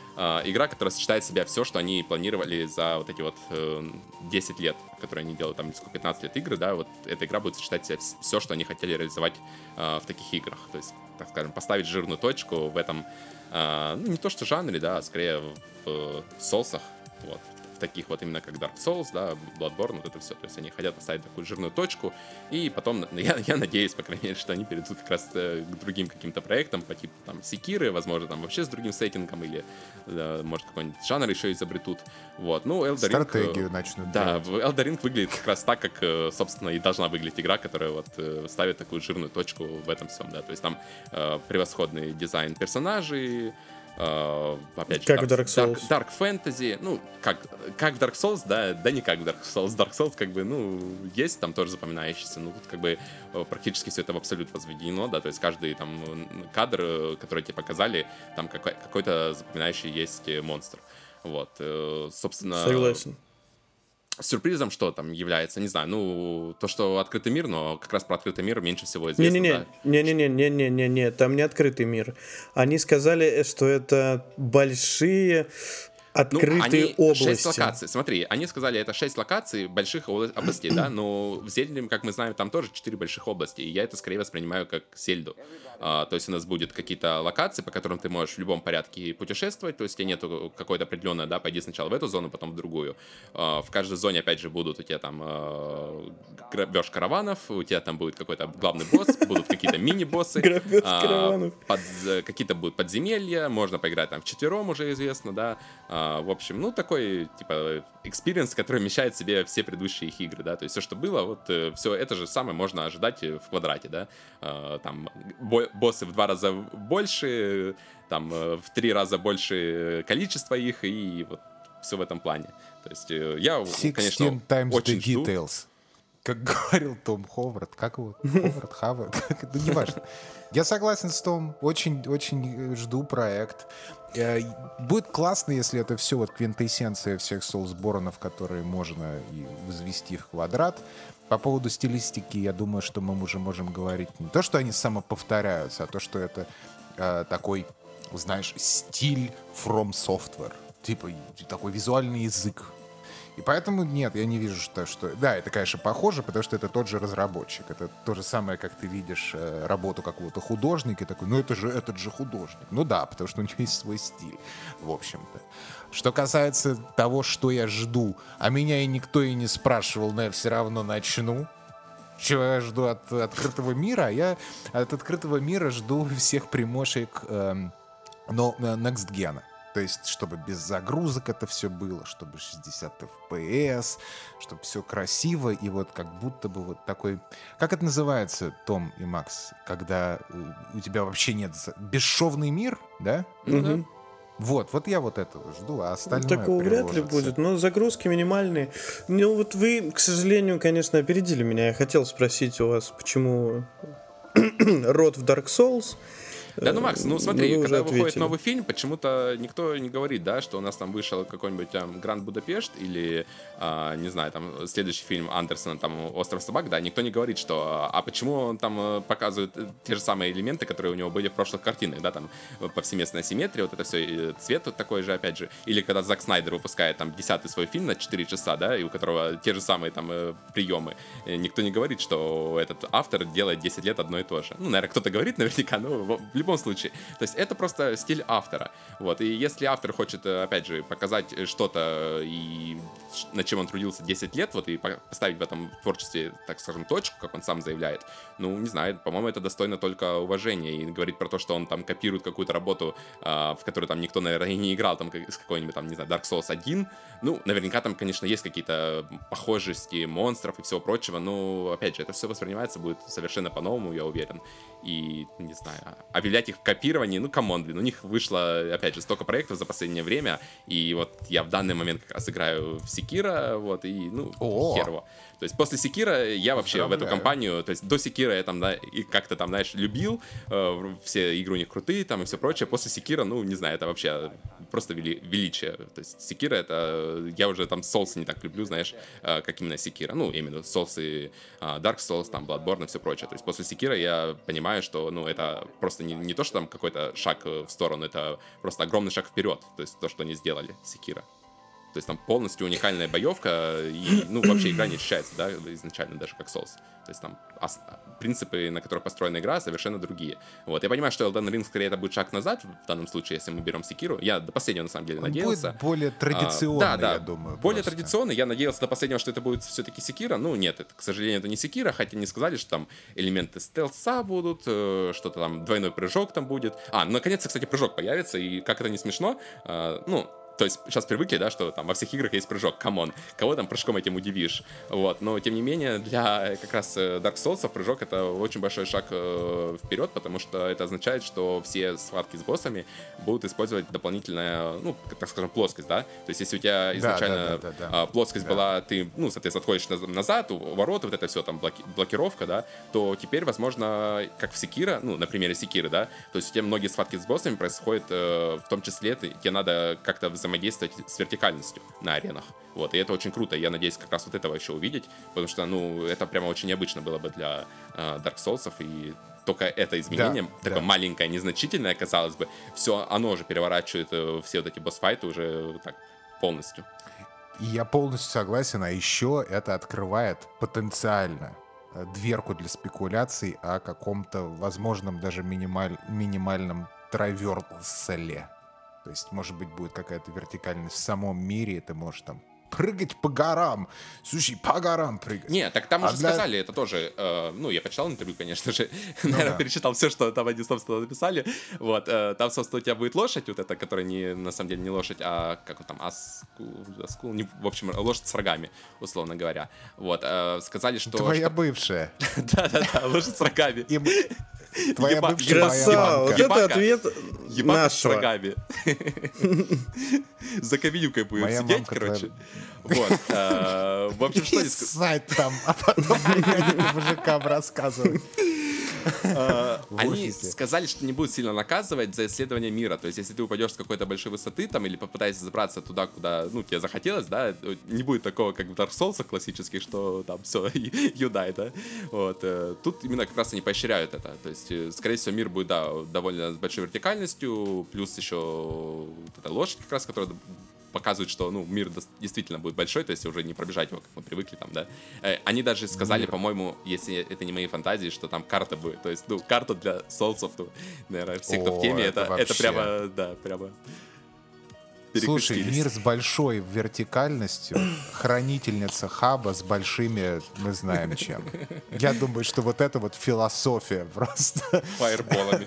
игра, которая сочетает в себя все, что они планировали за вот эти вот 10 лет, которые они делают, там, 15 лет игры, да, вот эта игра будет сочетать в себя все, что они хотели реализовать в таких играх. То есть, так скажем, поставить жирную точку в этом, ну, не то что жанре, да, а скорее в соусах, вот, таких вот именно как Dark Souls, да, Bloodborne, вот это все. То есть они хотят поставить такую жирную точку, и потом, я надеюсь, по крайней мере, что они перейдут как раз к другим каким-то проектам, по типу там Секиры, возможно, там вообще с другим сеттингом, или, может, какой-нибудь жанр еще изобретут. Вот, ну, Elden Ring... Стратегию начнут Да, делать. Elden Ring выглядит как раз так, как, собственно, и должна выглядеть игра, которая вот ставит такую жирную точку в этом всем, да. То есть там превосходный дизайн персонажей, опять же, как в Dark Souls. Dark Fantasy, ну, как в Dark Souls, да не как в Dark Souls. Dark Souls, как бы, ну, есть там тоже запоминающийся, ну, тут как бы практически все это в абсолют возведено, да, то есть каждый там кадр, который тебе показали, там какой-то запоминающий есть монстр. Вот, собственно... Согласен. Сюрпризом что там является, не знаю, ну, то, что открытый мир, но как раз про открытый мир меньше всего известно, да? Не-не-не, там не открытый мир. Они сказали, что это большие открытые области. 6 локаций. Смотри, они сказали, это 6 локаций больших областей, да, но в Зельде, как мы знаем, там тоже 4 больших области, и я это скорее воспринимаю как Зельду. То есть у нас будет какие-то локации, по которым ты можешь в любом порядке путешествовать, то есть у тебя нету какой-то определенной, да, пойди сначала в эту зону, потом в другую. В каждой зоне, опять же, будут у тебя там грабеж караванов, у тебя там будет какой-то главный босс, будут какие-то мини-боссы, Грабеж караванов. какие-то будут подземелья, можно поиграть там вчетвером, уже известно, да. В общем, ну, такой, типа, экспириенс, который вмещает в себе все предыдущие их игры, да, то есть все, что было, вот, все это же самое можно ожидать в квадрате, да, там, боссы в 2 раза больше, там, в 3 раза больше количество их, и вот все в этом плане. То есть я, конечно, 16 times очень the жду. details. Как говорил Том Ховард. Как его? Ховард? Ну, неважно. Я согласен с Том. Очень жду проект. Будет классно, если это все вот квинтэссенция всех соусборнов, которые можно и возвести в квадрат. По поводу стилистики, я думаю, что мы уже можем говорить не то, что они самоповторяются, а то, что это такой, знаешь, стиль From Software. Типа такой визуальный язык. И поэтому нет, я не вижу, что... Да, это, конечно, похоже, потому что это тот же разработчик. Это то же самое, как ты видишь работу какого-то художника, и такой, ну это же этот же художник. Ну да, потому что у него есть свой стиль, в общем-то. Что касается того, что я жду, а меня и никто и не спрашивал, но я все равно начну. Чего я жду от открытого мира? Я от открытого мира жду всех примошек Next Gen. То есть, чтобы без загрузок это все было, чтобы 60 FPS, чтобы все красиво, и вот как будто бы вот такой... Как это называется, Том и Макс? Когда у тебя вообще нет... Бесшовный мир, да? Угу. Вот я вот этого жду, а остальное Такого вряд ли приложится. будет, но загрузки минимальные. Ну вот вы, к сожалению, конечно, опередили меня. Я хотел спросить у вас, почему род в Dark Souls. Да, ну, Макс, ну смотри, вы когда уже выходит ответили. новый фильм, почему-то никто не говорит, да, что у нас там вышел какой-нибудь там Гранд Будапешт или, не знаю, там следующий фильм Андерсона, там Остров собак, да, никто не говорит, что, а почему он там показывает те же самые элементы, которые у него были в прошлых картинах, да, там повсеместная симметрия, вот это все, цвет вот такой же, опять же, или когда Зак Снайдер выпускает там 10-й свой фильм на 4 часа, да, и у которого те же самые там приемы, никто не говорит, что этот автор делает 10 лет одно и то же. Ну, наверное, кто-то говорит наверняка, но в любом случае. То есть это просто стиль автора. Вот. И если автор хочет, опять же, показать что-то, и над чем он трудился 10 лет, вот, и поставить в этом творчестве, так скажем, точку, как он сам заявляет, ну, не знаю, по-моему, это достойно только уважения. И говорить про то, что он там копирует какую-то работу, в которой там никто, наверное, и не играл, там, с какой-нибудь, там, не знаю, Dark Souls 1, ну, наверняка там, конечно, есть какие-то похожести монстров и всего прочего, но, опять же, это все воспринимается будет совершенно по-новому, я уверен. И, не знаю, объявлять их в копировании, ну, камон, блин, у них вышло, опять же, столько проектов за последнее время, и вот я в данный момент как раз играю в Sekiro, вот, и, ну, хер его. То есть после Sekiro я вообще в эту компанию, то есть до Sekiro я там, да, и как-то там, знаешь, любил, все игры у них крутые там и все прочее, после Sekiro, ну, не знаю, это вообще просто величие. То есть Sekiro это, я уже там Souls не так люблю, знаешь, как именно Sekiro, ну, именно Souls и Dark Souls, там, Bloodborne и все прочее. То есть после Sekiro я понимаю, что, ну, это просто не не то, что там какой-то шаг в сторону, это просто огромный шаг вперед, то есть то, что они сделали, Sekiro. То есть там полностью уникальная боевка, и, ну, вообще игра не ощущается, да, изначально даже как Souls. То есть там принципы, на которых построена игра, совершенно другие. Вот, я понимаю, что Elden Ring скорее это будет шаг назад, в данном случае, если мы берем Sekiro. Я до последнего, на самом деле, надеялся. Будет более традиционный, да, я думаю. Более просто. традиционный. Я надеялся до последнего, что это будет все-таки Sekiro. Ну, нет, это, к сожалению, это не Sekiro, хотя не сказали, что там элементы стелса будут, что-то там, двойной прыжок там будет. Наконец-то, кстати, прыжок появится, и как это не смешно, то есть сейчас привыкли, да, что там во всех играх есть прыжок, камон, кого там прыжком этим удивишь, вот, но тем не менее для как раз Dark Souls прыжок это очень большой шаг вперед, потому что это означает, что все схватки с боссами будут использовать дополнительная, ну, так скажем, плоскость, да, то есть если у тебя изначально плоскость была, ты, ну, соответственно, отходишь назад, у ворот, вот это все там блокировка, да, то теперь, возможно, как в Sekiro, ну, на примере Sekiro, да, то есть у тебя многие схватки с боссами происходят, в том числе тебе надо как-то взаимодействовать с вертикальностью на аренах. Вот, и это очень круто. Я надеюсь как раз вот этого еще увидеть, потому что, ну, это прямо очень необычно было бы для Dark Souls, и только это изменение, такое маленькое, незначительное, казалось бы, все оно же переворачивает все вот эти босс-файты уже так полностью. И я полностью согласен, а еще это открывает потенциально дверку для спекуляций о каком-то возможном даже минимальном траверселе. То есть, может быть, будет какая-то вертикальность в самом мире, и ты можешь там прыгать по горам. Слушай, по горам прыгать. Не, так там уже сказали, это тоже, ну, я почитал интервью, конечно же, наверное, перечитал все, что там они, собственно, написали. Вот, там, собственно, у тебя будет лошадь, вот эта, которая на самом деле не лошадь, а как он там, аскул, в общем, лошадь с рогами, условно говоря. Вот, сказали, что... Твоя бывшая. Да-да-да, лошадь с рогами. Твоя бывшая, красава, вот это ответ Ебака с нашего. рогами. За каменюкой будет Моя сидеть, мамка короче. Вот. В общем, что здесь... Писать там, а потом приходить мужикам рассказывать. Они сказали, что не будут сильно наказывать за исследование мира. То есть, если ты упадешь с какой-то большой высоты там или попытаешься забраться туда, куда, ну, тебе захотелось, да, не будет такого, как в Dark Souls классических, что там все, you die, да. Вот. Тут именно как раз они поощряют это. То есть, скорее всего, мир будет, да, довольно с большой вертикальностью, плюс еще вот эта лошадь как раз, которая показывает, что, ну, мир действительно будет большой, то есть уже не пробежать его, как мы привыкли там, да. Они даже сказали, по-моему, если это не мои фантазии, что там карта будет, то есть, ну, карта для соусов, ну, наверное, все, кто в теме, это прямо, да, прямо... Слушай, мир с большой вертикальностью, хранительница хаба с большими, мы знаем чем. Я думаю, что вот это вот философия просто. Фаерболами.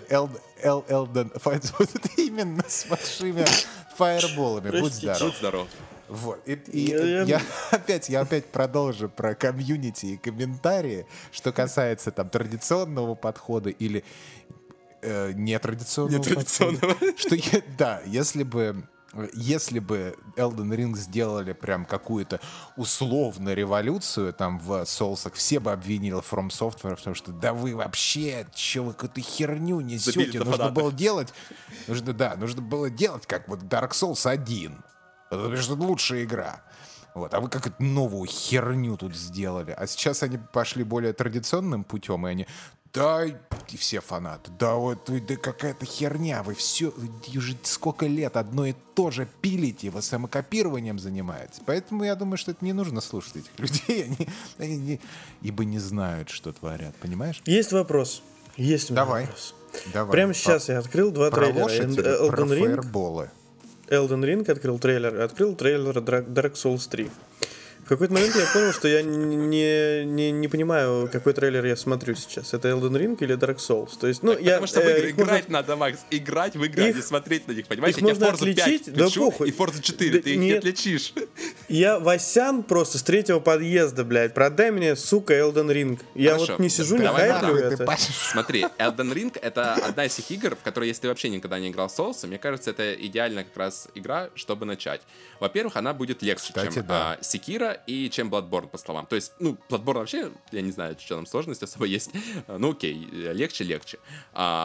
Именно с большими фаерболами. Будь здоров. Будь здоров. Вот. Я опять продолжу про комьюнити и комментарии, что касается там традиционного подхода или нетрадиционного подхода. Что, да, если бы Elden Ring сделали прям какую-то условную революцию там в соусах, все бы обвинили From Software, потому что да вы вообще, чё вы какую-то херню несете, нужно было делать, нужно было делать как вот Dark Souls 1, потому что это лучшая игра. Вот, а вы какую-то новую херню тут сделали. А сейчас они пошли более традиционным путем, и они... Да, и все фанаты. Да вот, да какая-то херня. Вы все, вы уже сколько лет одно и то же пилите, вы самокопированием занимаетесь. Поэтому я думаю, что это не нужно слушать этих людей. Они ибо не знают, что творят, понимаешь? Есть вопрос. Давай. Прямо сейчас я открыл два трейлера. Про фаерболы. Elden Ring открыл трейлер Dark Souls 3. В какой-то момент я понял, что я не понимаю, какой трейлер я смотрю сейчас. Это Elden Ring или Dark Souls? То есть, ну, потому что в игры играть надо, Макс. Играть в игры, а не смотреть на них, понимаешь? Я тебе Forza 5 включу и Forza 4, ты их не отличишь. Я Васян просто с третьего подъезда, блядь. Продай мне, сука, Elden Ring. Я вот не сижу, не хайплю это. Смотри, Elden Ring — это одна из тех игр, в которые, если ты вообще никогда не играл в Souls, мне кажется, это идеальная как раз игра, чтобы начать. Во-первых, она будет легче, чем Sekiro и чем Bloodborne, по словам. То есть, ну, Bloodborne вообще, я не знаю, что там сложность особо есть. Ну, окей, легче.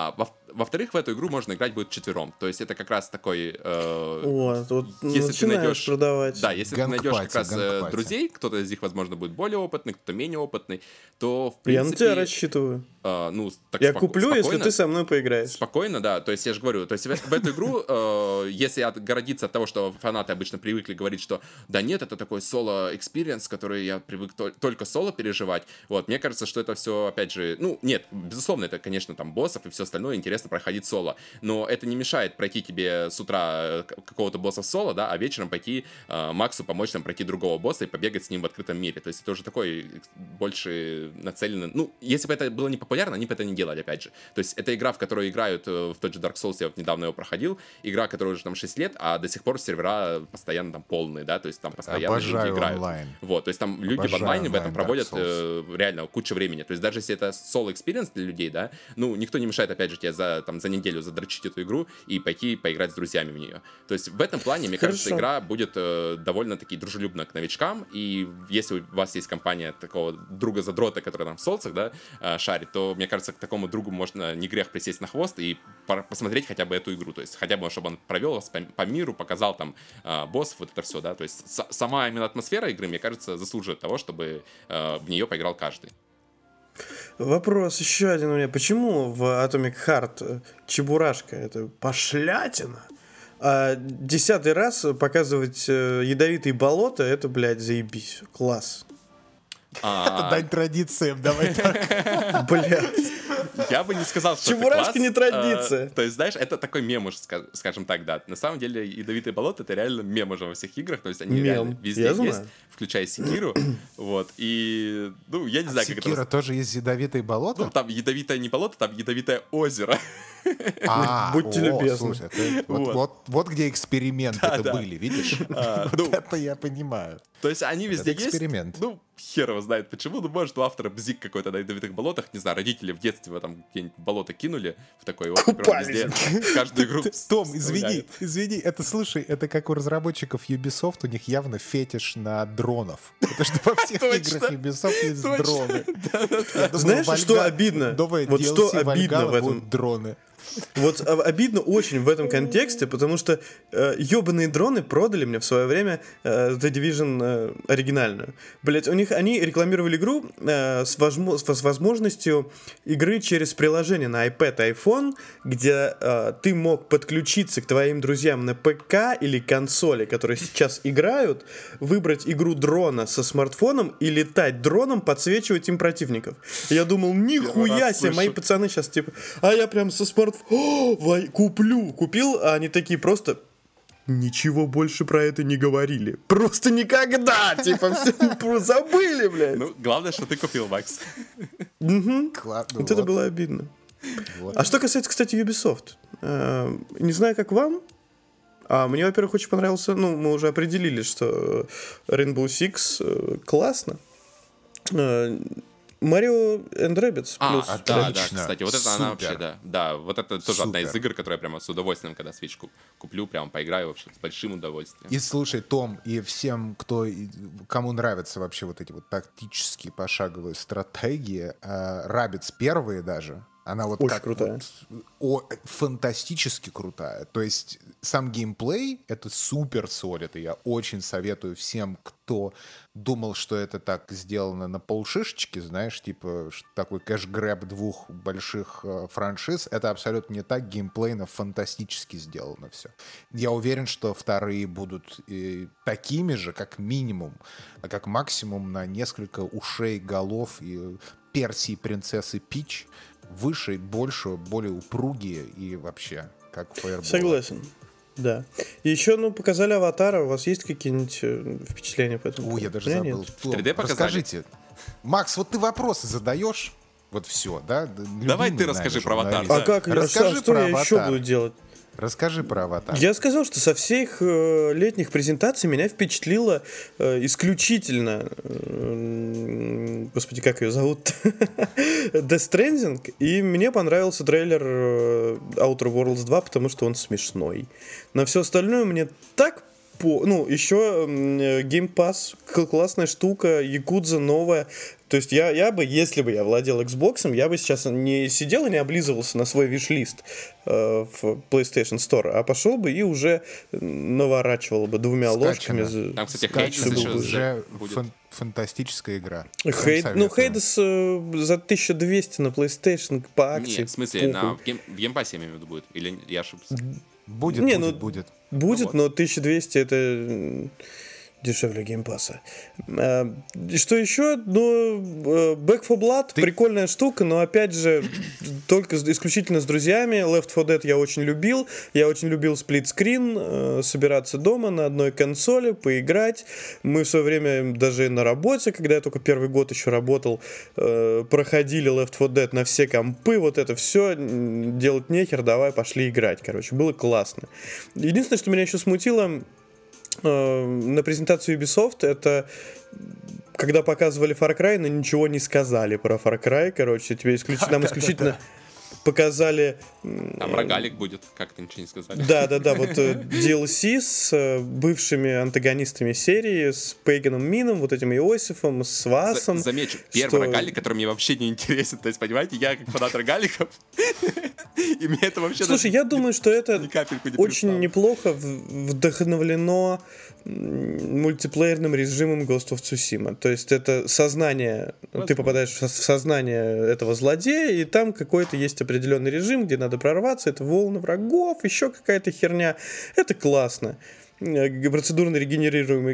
Во-вторых, в эту игру можно играть будет четвером. То есть это как раз такой... Вот если ты найдешь... продавать. Да, если ты найдешь как раз друзей, кто-то из них, возможно, будет более опытный, кто-то менее опытный, то, в принципе... Я на тебя рассчитываю. Так я куплю, если ты со мной поиграешь. Спокойно, да. То есть я же говорю, то есть в эту игру, если отгородиться от того, что фанаты обычно привыкли говорить, что да нет, это такой соло-экспириенс, который я привык только соло переживать. Вот, мне кажется, что это все, опять же, нет, безусловно, это, конечно, там боссов и все остальное интересно проходить соло, но это не мешает пройти тебе с утра какого-то босса соло, да, а вечером пойти Максу помочь нам пройти другого босса и побегать с ним в открытом мире. То есть это уже такой больше нацеленный... если бы это было не популярно, они бы это не делали, опять же. То есть это игра, в которую играют в тот же Dark Souls, я вот недавно его проходил, игра, которая уже там 6 лет, а до сих пор сервера постоянно там полные, да, то есть там постоянно люди играют. Онлайн. Вот, то есть там люди в онлайне в этом проводят реально кучу времени. То есть даже если это соло-экспириенс для людей, да, никто не мешает, опять же, тебе за неделю задрочить эту игру и пойти поиграть с друзьями в нее. То есть в этом плане, мне кажется, игра будет довольно-таки дружелюбна к новичкам, и если у вас есть компания такого друга-задрота, который там в солцах, да, шарит, то, мне кажется, к такому другу можно не грех присесть на хвост и посмотреть хотя бы эту игру. То есть хотя бы, чтобы он провел вас по миру, показал там боссов, вот это все, да. То есть сама именно атмосфера игры, мне кажется, заслуживает того, чтобы в нее поиграл каждый. Вопрос еще один у меня. Почему в Atomic Heart чебурашка — это пошлятина, а 10-й раз показывать ядовитые болота — это, блядь, заебись. Класс. Это дань традициям, давай так. Блядь. Я бы не сказал, что чебурашка это класс. Не традиция. То есть, знаешь, это такой мем уже, скажем так, да. На самом деле, ядовитые болота — это реально мем уже во всех играх. То есть они реально везде есть, включая Секиру. Вот. И, я не знаю, как это... Секира тоже есть ядовитые болота? Там ядовитое не болото, там ядовитое озеро. Будьте любезны. Слушай, вот где эксперименты-то были, видишь? Вот это я понимаю. То есть они везде есть. Эксперимент. Хер его знает почему. Может, у автора бзик какой-то на ядовитых болотах. Не знаю, родители в детстве там где-нибудь болото кинули в такой вот. Везде, в каждую игру. Том, извини, это, слушай, это как у разработчиков Ubisoft, у них явно фетиш на дронов. Потому что во всех играх Ubisoft есть дроны. Знаешь, что обидно? Вот что обидно в этом? Дроны. Вот обидно очень в этом контексте, потому что ёбаные дроны продали мне в свое время The Division оригинальную. Блять, они рекламировали игру с возможностью игры через приложение на iPad, iPhone, где ты мог подключиться к твоим друзьям на ПК или консоли, которые сейчас играют, выбрать игру дрона со смартфоном и летать дроном, подсвечивать им противников. Я думал, нихуя себе, мои пацаны сейчас типа, а я прям со смартфона купил, а они такие просто ничего больше про это не говорили. Просто никогда, типа, все забыли, блядь. Главное, что ты купил, Макс. Вот это было обидно. А что касается, кстати, Ubisoft, не знаю, как вам, мне, во-первых, очень понравился, мы уже определили, что Rainbow Six классно. Mario and Rabbids. Да, кстати, вот это она вообще, да, вот это тоже одна из игр, которую я прямо с удовольствием, когда Switch куплю, прямо поиграю вообще с большим удовольствием. И слушай, Том, и всем, кому нравятся вообще вот эти вот тактические пошаговые стратегии, Rabbids первые даже, она вот очень как крутая. Фантастически крутая. То есть сам геймплей — это супер солид, и я очень советую всем, кто думал, что это так сделано на полшишечки, знаешь, типа такой кэш-грэб двух больших франшиз. Это абсолютно не так. Геймплейно фантастически сделано все. Я уверен, что вторые будут такими же, как минимум, а как максимум на несколько ушей, голов и Персии принцессы Пич выше, больше, более упругие и вообще как Fireball. Согласен. Да. И еще, показали Аватара. У вас есть какие-нибудь впечатления по этому? Ой, я даже забыл. В 3D показали? Расскажите. Макс, вот ты вопросы задаешь, вот все, да? Давай ты расскажи про Аватар. А как? Расскажи что про я еще Аватар. буду делать? Расскажи про Аватар. Я сказал, что со всех летних презентаций меня впечатлило исключительно, господи, как ее зовут? Death Stranding. И мне понравился трейлер Outer Worlds 2, потому что он смешной. На все остальное мне так Ну, еще Game Pass, классная штука, Якудза новая. То есть я бы, если бы я владел Xbox, я бы сейчас не сидел и не облизывался на свой виш-лист в PlayStation Store, а пошел бы и уже наворачивал бы двумя ложками. Там, кстати, Скачано Hades уже будет. фантастическая игра. Hades за 1200 на PlayStation по акции. Нет, в смысле, в Game Pass я имею в виду будет? Или я ошибся? Будет. Будет, вот. но 1200 это дешевле геймпаса. Что еще? Ну, Back 4 Blood прикольная штука, но опять же, только исключительно с друзьями. Left 4 Dead я очень любил. Я очень любил сплитскрин, собираться дома на одной консоли, поиграть. Мы в свое время даже на работе, когда я только первый год еще работал, проходили Left 4 Dead на все компы. Вот это все, делать нехер, давай пошли играть. Короче, было классно. Единственное, что меня еще смутило на презентацию Ubisoft, это когда показывали Far Cry, но ничего не сказали про Far Cry. Короче, нам исключительно показали... Там рогалик будет, как-то ничего не сказали. Да, вот DLC с бывшими антагонистами серии, с Пейганом Мином, вот этим Иосифом, с Васом. Замечу, первый рогалик, который мне вообще не интересен. То есть, понимаете, я как фанат рогаликов, и мне это вообще... Слушай, я думаю, что это очень неплохо вдохновлено мультиплеерным режимом Ghost of Tsushima. То есть это сознание, ты попадаешь в сознание этого злодея, и там какой-то есть определенный режим, где надо прорваться, это волны врагов, еще какая-то херня. Это классно. Процедурно генерируемые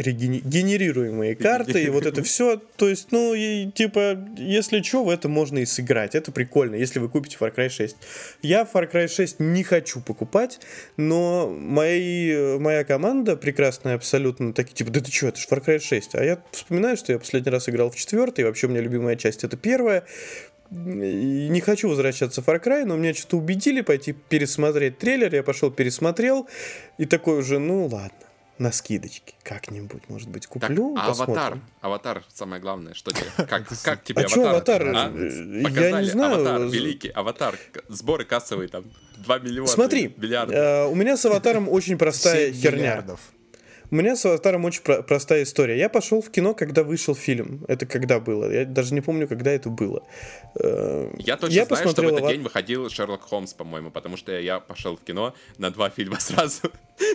карты, и вот это все. То есть, ну, и типа, если что, в это можно и сыграть. Это прикольно, если вы купите Far Cry 6. Я Far Cry 6 не хочу покупать, но моя команда прекрасная абсолютно, такие, типа, да ты что, это же Far Cry 6. А я вспоминаю, что я последний раз играл в 4, и вообще у меня любимая часть это 1. Не хочу возвращаться в Far Cry, но меня что-то убедили пойти пересмотреть трейлер. Я пошел пересмотрел и такой уже, ну ладно, на скидочке как-нибудь, может быть, куплю. Так, Аватар, самое главное, что тебе? Как тебе Аватар? Показали, я не знаю. Аватар, великий Аватар, сборы кассовые там 2 миллиона. Смотри, у меня с Аватаром очень простая херня. У меня с «Аватаром» очень простая история. Я пошел в кино, когда вышел фильм. Это когда было? Я даже не помню, когда это было. Я точно знаю, что в этот день выходил «Шерлок Холмс», по-моему, потому что я пошел в кино на 2 фильма сразу.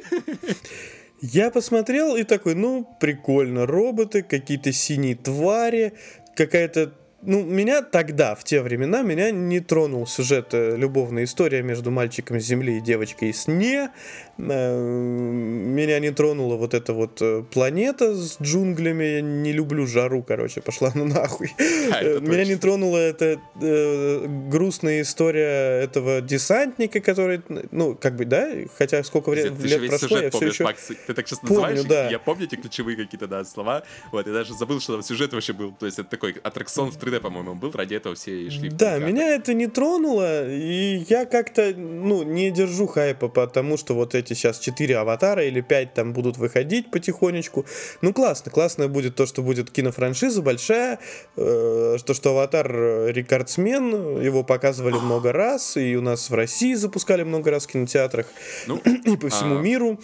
Я посмотрел и такой, ну, прикольно. Роботы, какие-то синие твари, какая-то... Ну, меня тогда, в те времена, меня не тронул сюжет, любовная история между мальчиком с Земли и девочкой из Сне. Меня не тронула вот эта вот планета с джунглями. Я не люблю жару, короче, пошла ну нахуй. Меня не тронула эта грустная история этого десантника, который, ну, как бы, да, хотя сколько лет прошло, я все еще Ты так сейчас помню, называешь, да. Я помню эти ключевые какие-то, слова. Вот, я даже забыл, что там сюжет вообще был. То есть это такой аттракцион в 3D, по-моему, был, ради этого все и шли. Да, меня это не тронуло, и я как-то, ну, не держу хайпа, потому что вот эти сейчас 4 аватара или 5 там будут выходить потихонечку. Ну, классно будет то, что будет кинофраншиза большая, что аватар рекордсмен, его показывали много раз, и у нас в России запускали много раз в кинотеатрах, и по всему миру.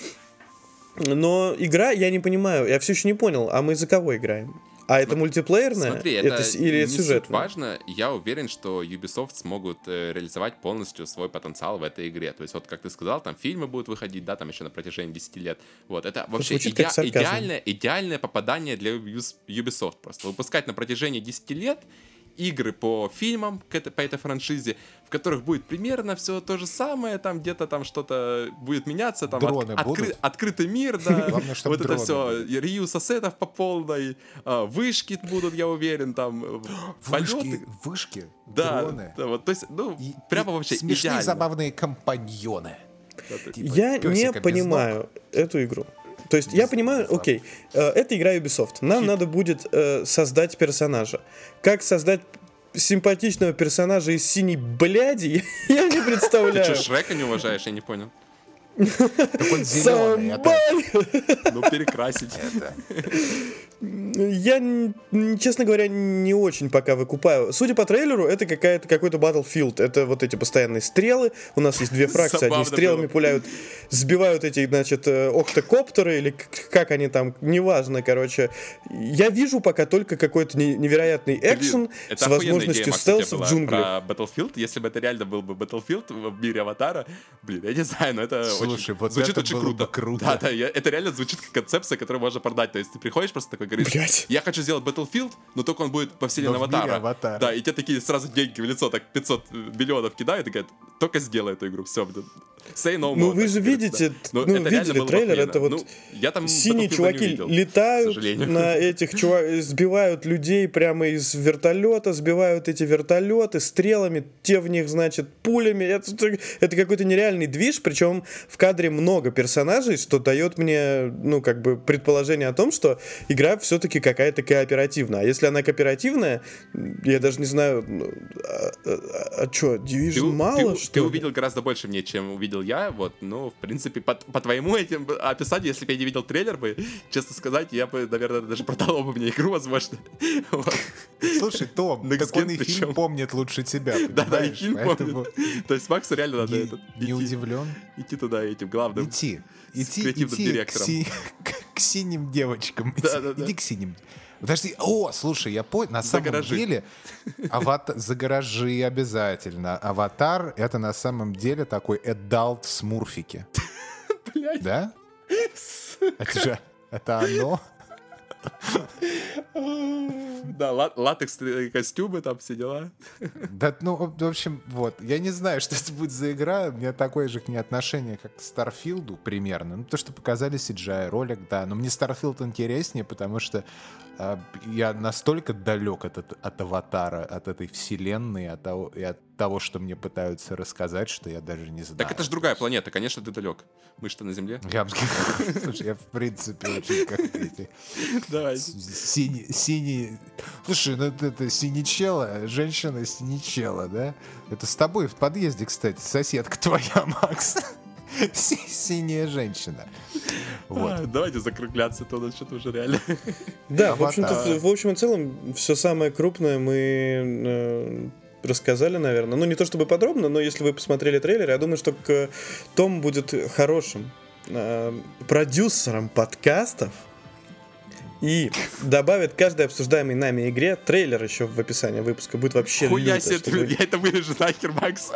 Но игра, я не понимаю, я все еще не понял, а мы за кого играем? А это мультиплеерное? Смотри, это или не сюжетное? суть важно. Я уверен, что Ubisoft смогут реализовать полностью свой потенциал в этой игре. То есть, вот как ты сказал, там фильмы будут выходить, да, там еще на протяжении 10 лет. Вот, это вообще идеальное попадание для Ubisoft просто. Выпускать на протяжении 10 лет игры по фильмам по этой франшизе, в которых будет примерно все то же самое, там где-то там что-то будет меняться, там открытый мир, да, главное, вот это все, реюз ассетов по полной, вышки будут, я уверен, там полеты. Вышки, дроны. Да, вот, то есть, ну, прямо вообще смешные, идеально. Забавные компаньоны. Типа я не понимаю эту игру. То есть я понимаю, окей, это игра Ubisoft. Нам надо будет создать персонажа. Как создать симпатичного персонажа из синей бляди, я не представляю. Ты что, Шрека не уважаешь? Я не понял. Так он зеленый. Ну, перекрасить. честно говоря, не очень пока выкупаю. Судя по трейлеру, это какой-то Battlefield. Это вот эти постоянные стрелы. У нас есть две фракции, одни стрелами пуляют, сбивают эти, значит, октокоптеры, или как они там, неважно, короче. Я вижу пока только какой-то невероятный экшен с возможностью стелса в джунглях. Про Battlefield, если бы это реально был бы Battlefield в мире Аватара, блин, я не знаю, но это Слушай, вот звучит это очень было круто. бы круто. Да, это реально звучит как концепция, которую можно продать. То есть ты приходишь просто такой, говоришь, Блядь. я хочу сделать Battlefield, но только он будет по вселенной Но в мире Аватара. Аватара. Да, и тебе такие сразу деньги в лицо, так 500 миллионов кидают и говорят, только сделай эту игру, все, say no more. Ну вы же видите, видели трейлер, это вот я там синие чуваки летают на этих сбивают людей прямо из вертолета, сбивают эти вертолеты стрелами, те в них, значит, пулями. Это какой-то нереальный движ, причем в кадре много персонажей, что дает мне, ну, как бы предположение о том, что игра все-таки какая-то кооперативная. А если она кооперативная, я даже не знаю, что, Division мало, что Ты ли? увидел гораздо больше мне, чем увидел я, вот, ну, в принципе, по твоему этим описанию, если бы я не видел трейлер бы, честно сказать, я бы, наверное, даже продал бы мне игру, возможно. Вот. Слушай, Том, так он и фильм помнит лучше тебя, Да, и понимаешь? фильм Поэтому помнит. То есть Максу реально надо не удивлен. идти туда этим главным Идти креативным директором. к синим девочкам. Да-да-да. Иди к синим. Подожди, слушай, я понял, на самом гаражи. деле за гаражи обязательно. Аватар — это на самом деле такой adult смурфики. Блядь. Да? Это оно? Да, латексные костюмы, там все дела. Да, ну, в общем, вот. Я не знаю, что это будет за игра. У меня такое же к ней отношение, как к Старфилду примерно. Ну, то, что показали CGI ролик, да. Но мне Старфилд интереснее, потому что я настолько далек от Аватара, от этой вселенной, и от того, что мне пытаются рассказать, что я даже не знаю. Так это же другая планета, конечно, ты далек. Мы что, на Земле? Слушай, я в принципе очень как эти... Давай. Синий... Слушай, ну это синичела, женщина синичела, да? Это с тобой в подъезде, кстати, соседка твоя, Макс. Синяя женщина. Вот. Давайте закругляться, то у нас что-то уже реально. Да, в общем и целом, все самое крупное мы рассказали, наверное. Ну, не то чтобы подробно, но если вы посмотрели трейлер, я думаю, что Том будет хорошим продюсером подкастов и добавит к каждой обсуждаемой нами игре трейлер еще в описании выпуска. Будет вообще Хуя люто, себе, я это вырежу нахер, Макс.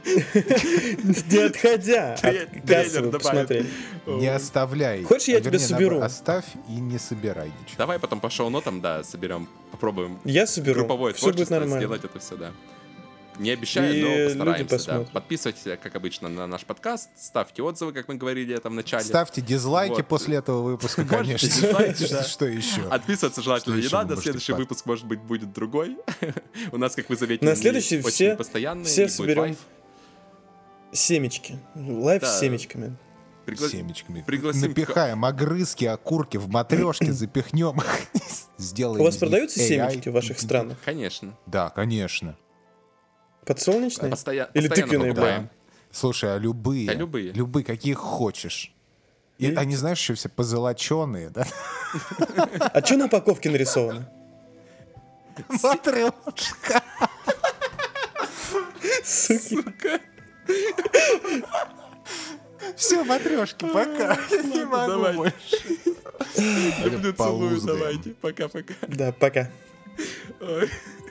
не отходя от Трейлер добавим. посмотреть. Не оставляй. Хочешь, я тебе соберу? Оставь и не собирай ничего. Давай потом по шоу-нотам, да, соберем, попробуем Я соберу. групповое Все будет творчество нормально. сделать это все, да. Не обещаю, И но люди постараемся, да. посмотрят. Подписывайтесь, как обычно, на наш подкаст, ставьте отзывы, как мы говорили там в начале. Ставьте дизлайки Вот. после этого выпуска, конечно. дизлайки, да. Что еще? Отписываться желательно Что не еще вы надо, можете следующий под- выпуск, может быть, будет другой. У нас, как вы заметили, На следующий очень все постоянный, и все будет соберем лайв. семечки. Лайв Да. с семечками. Семечками. Пригласим Напихаем огрызки, окурки в матрешки, запихнем их. Сделаем У вас из них продаются AI. семечки в ваших странах? Конечно. Да, конечно. Подсолнечные? Постоянно Или тыквенные покупаем. были? Слушай, а любые? Да, любые. Любые, какие хочешь. И они, знаешь, еще все позолоченные, да? А что на упаковке нарисовано? Матрешка. Сука. Все, матрешки, пока. Не могу давай. больше. Люблю, целую, Полузгаем. давайте. Пока-пока. Да, пока. Ой.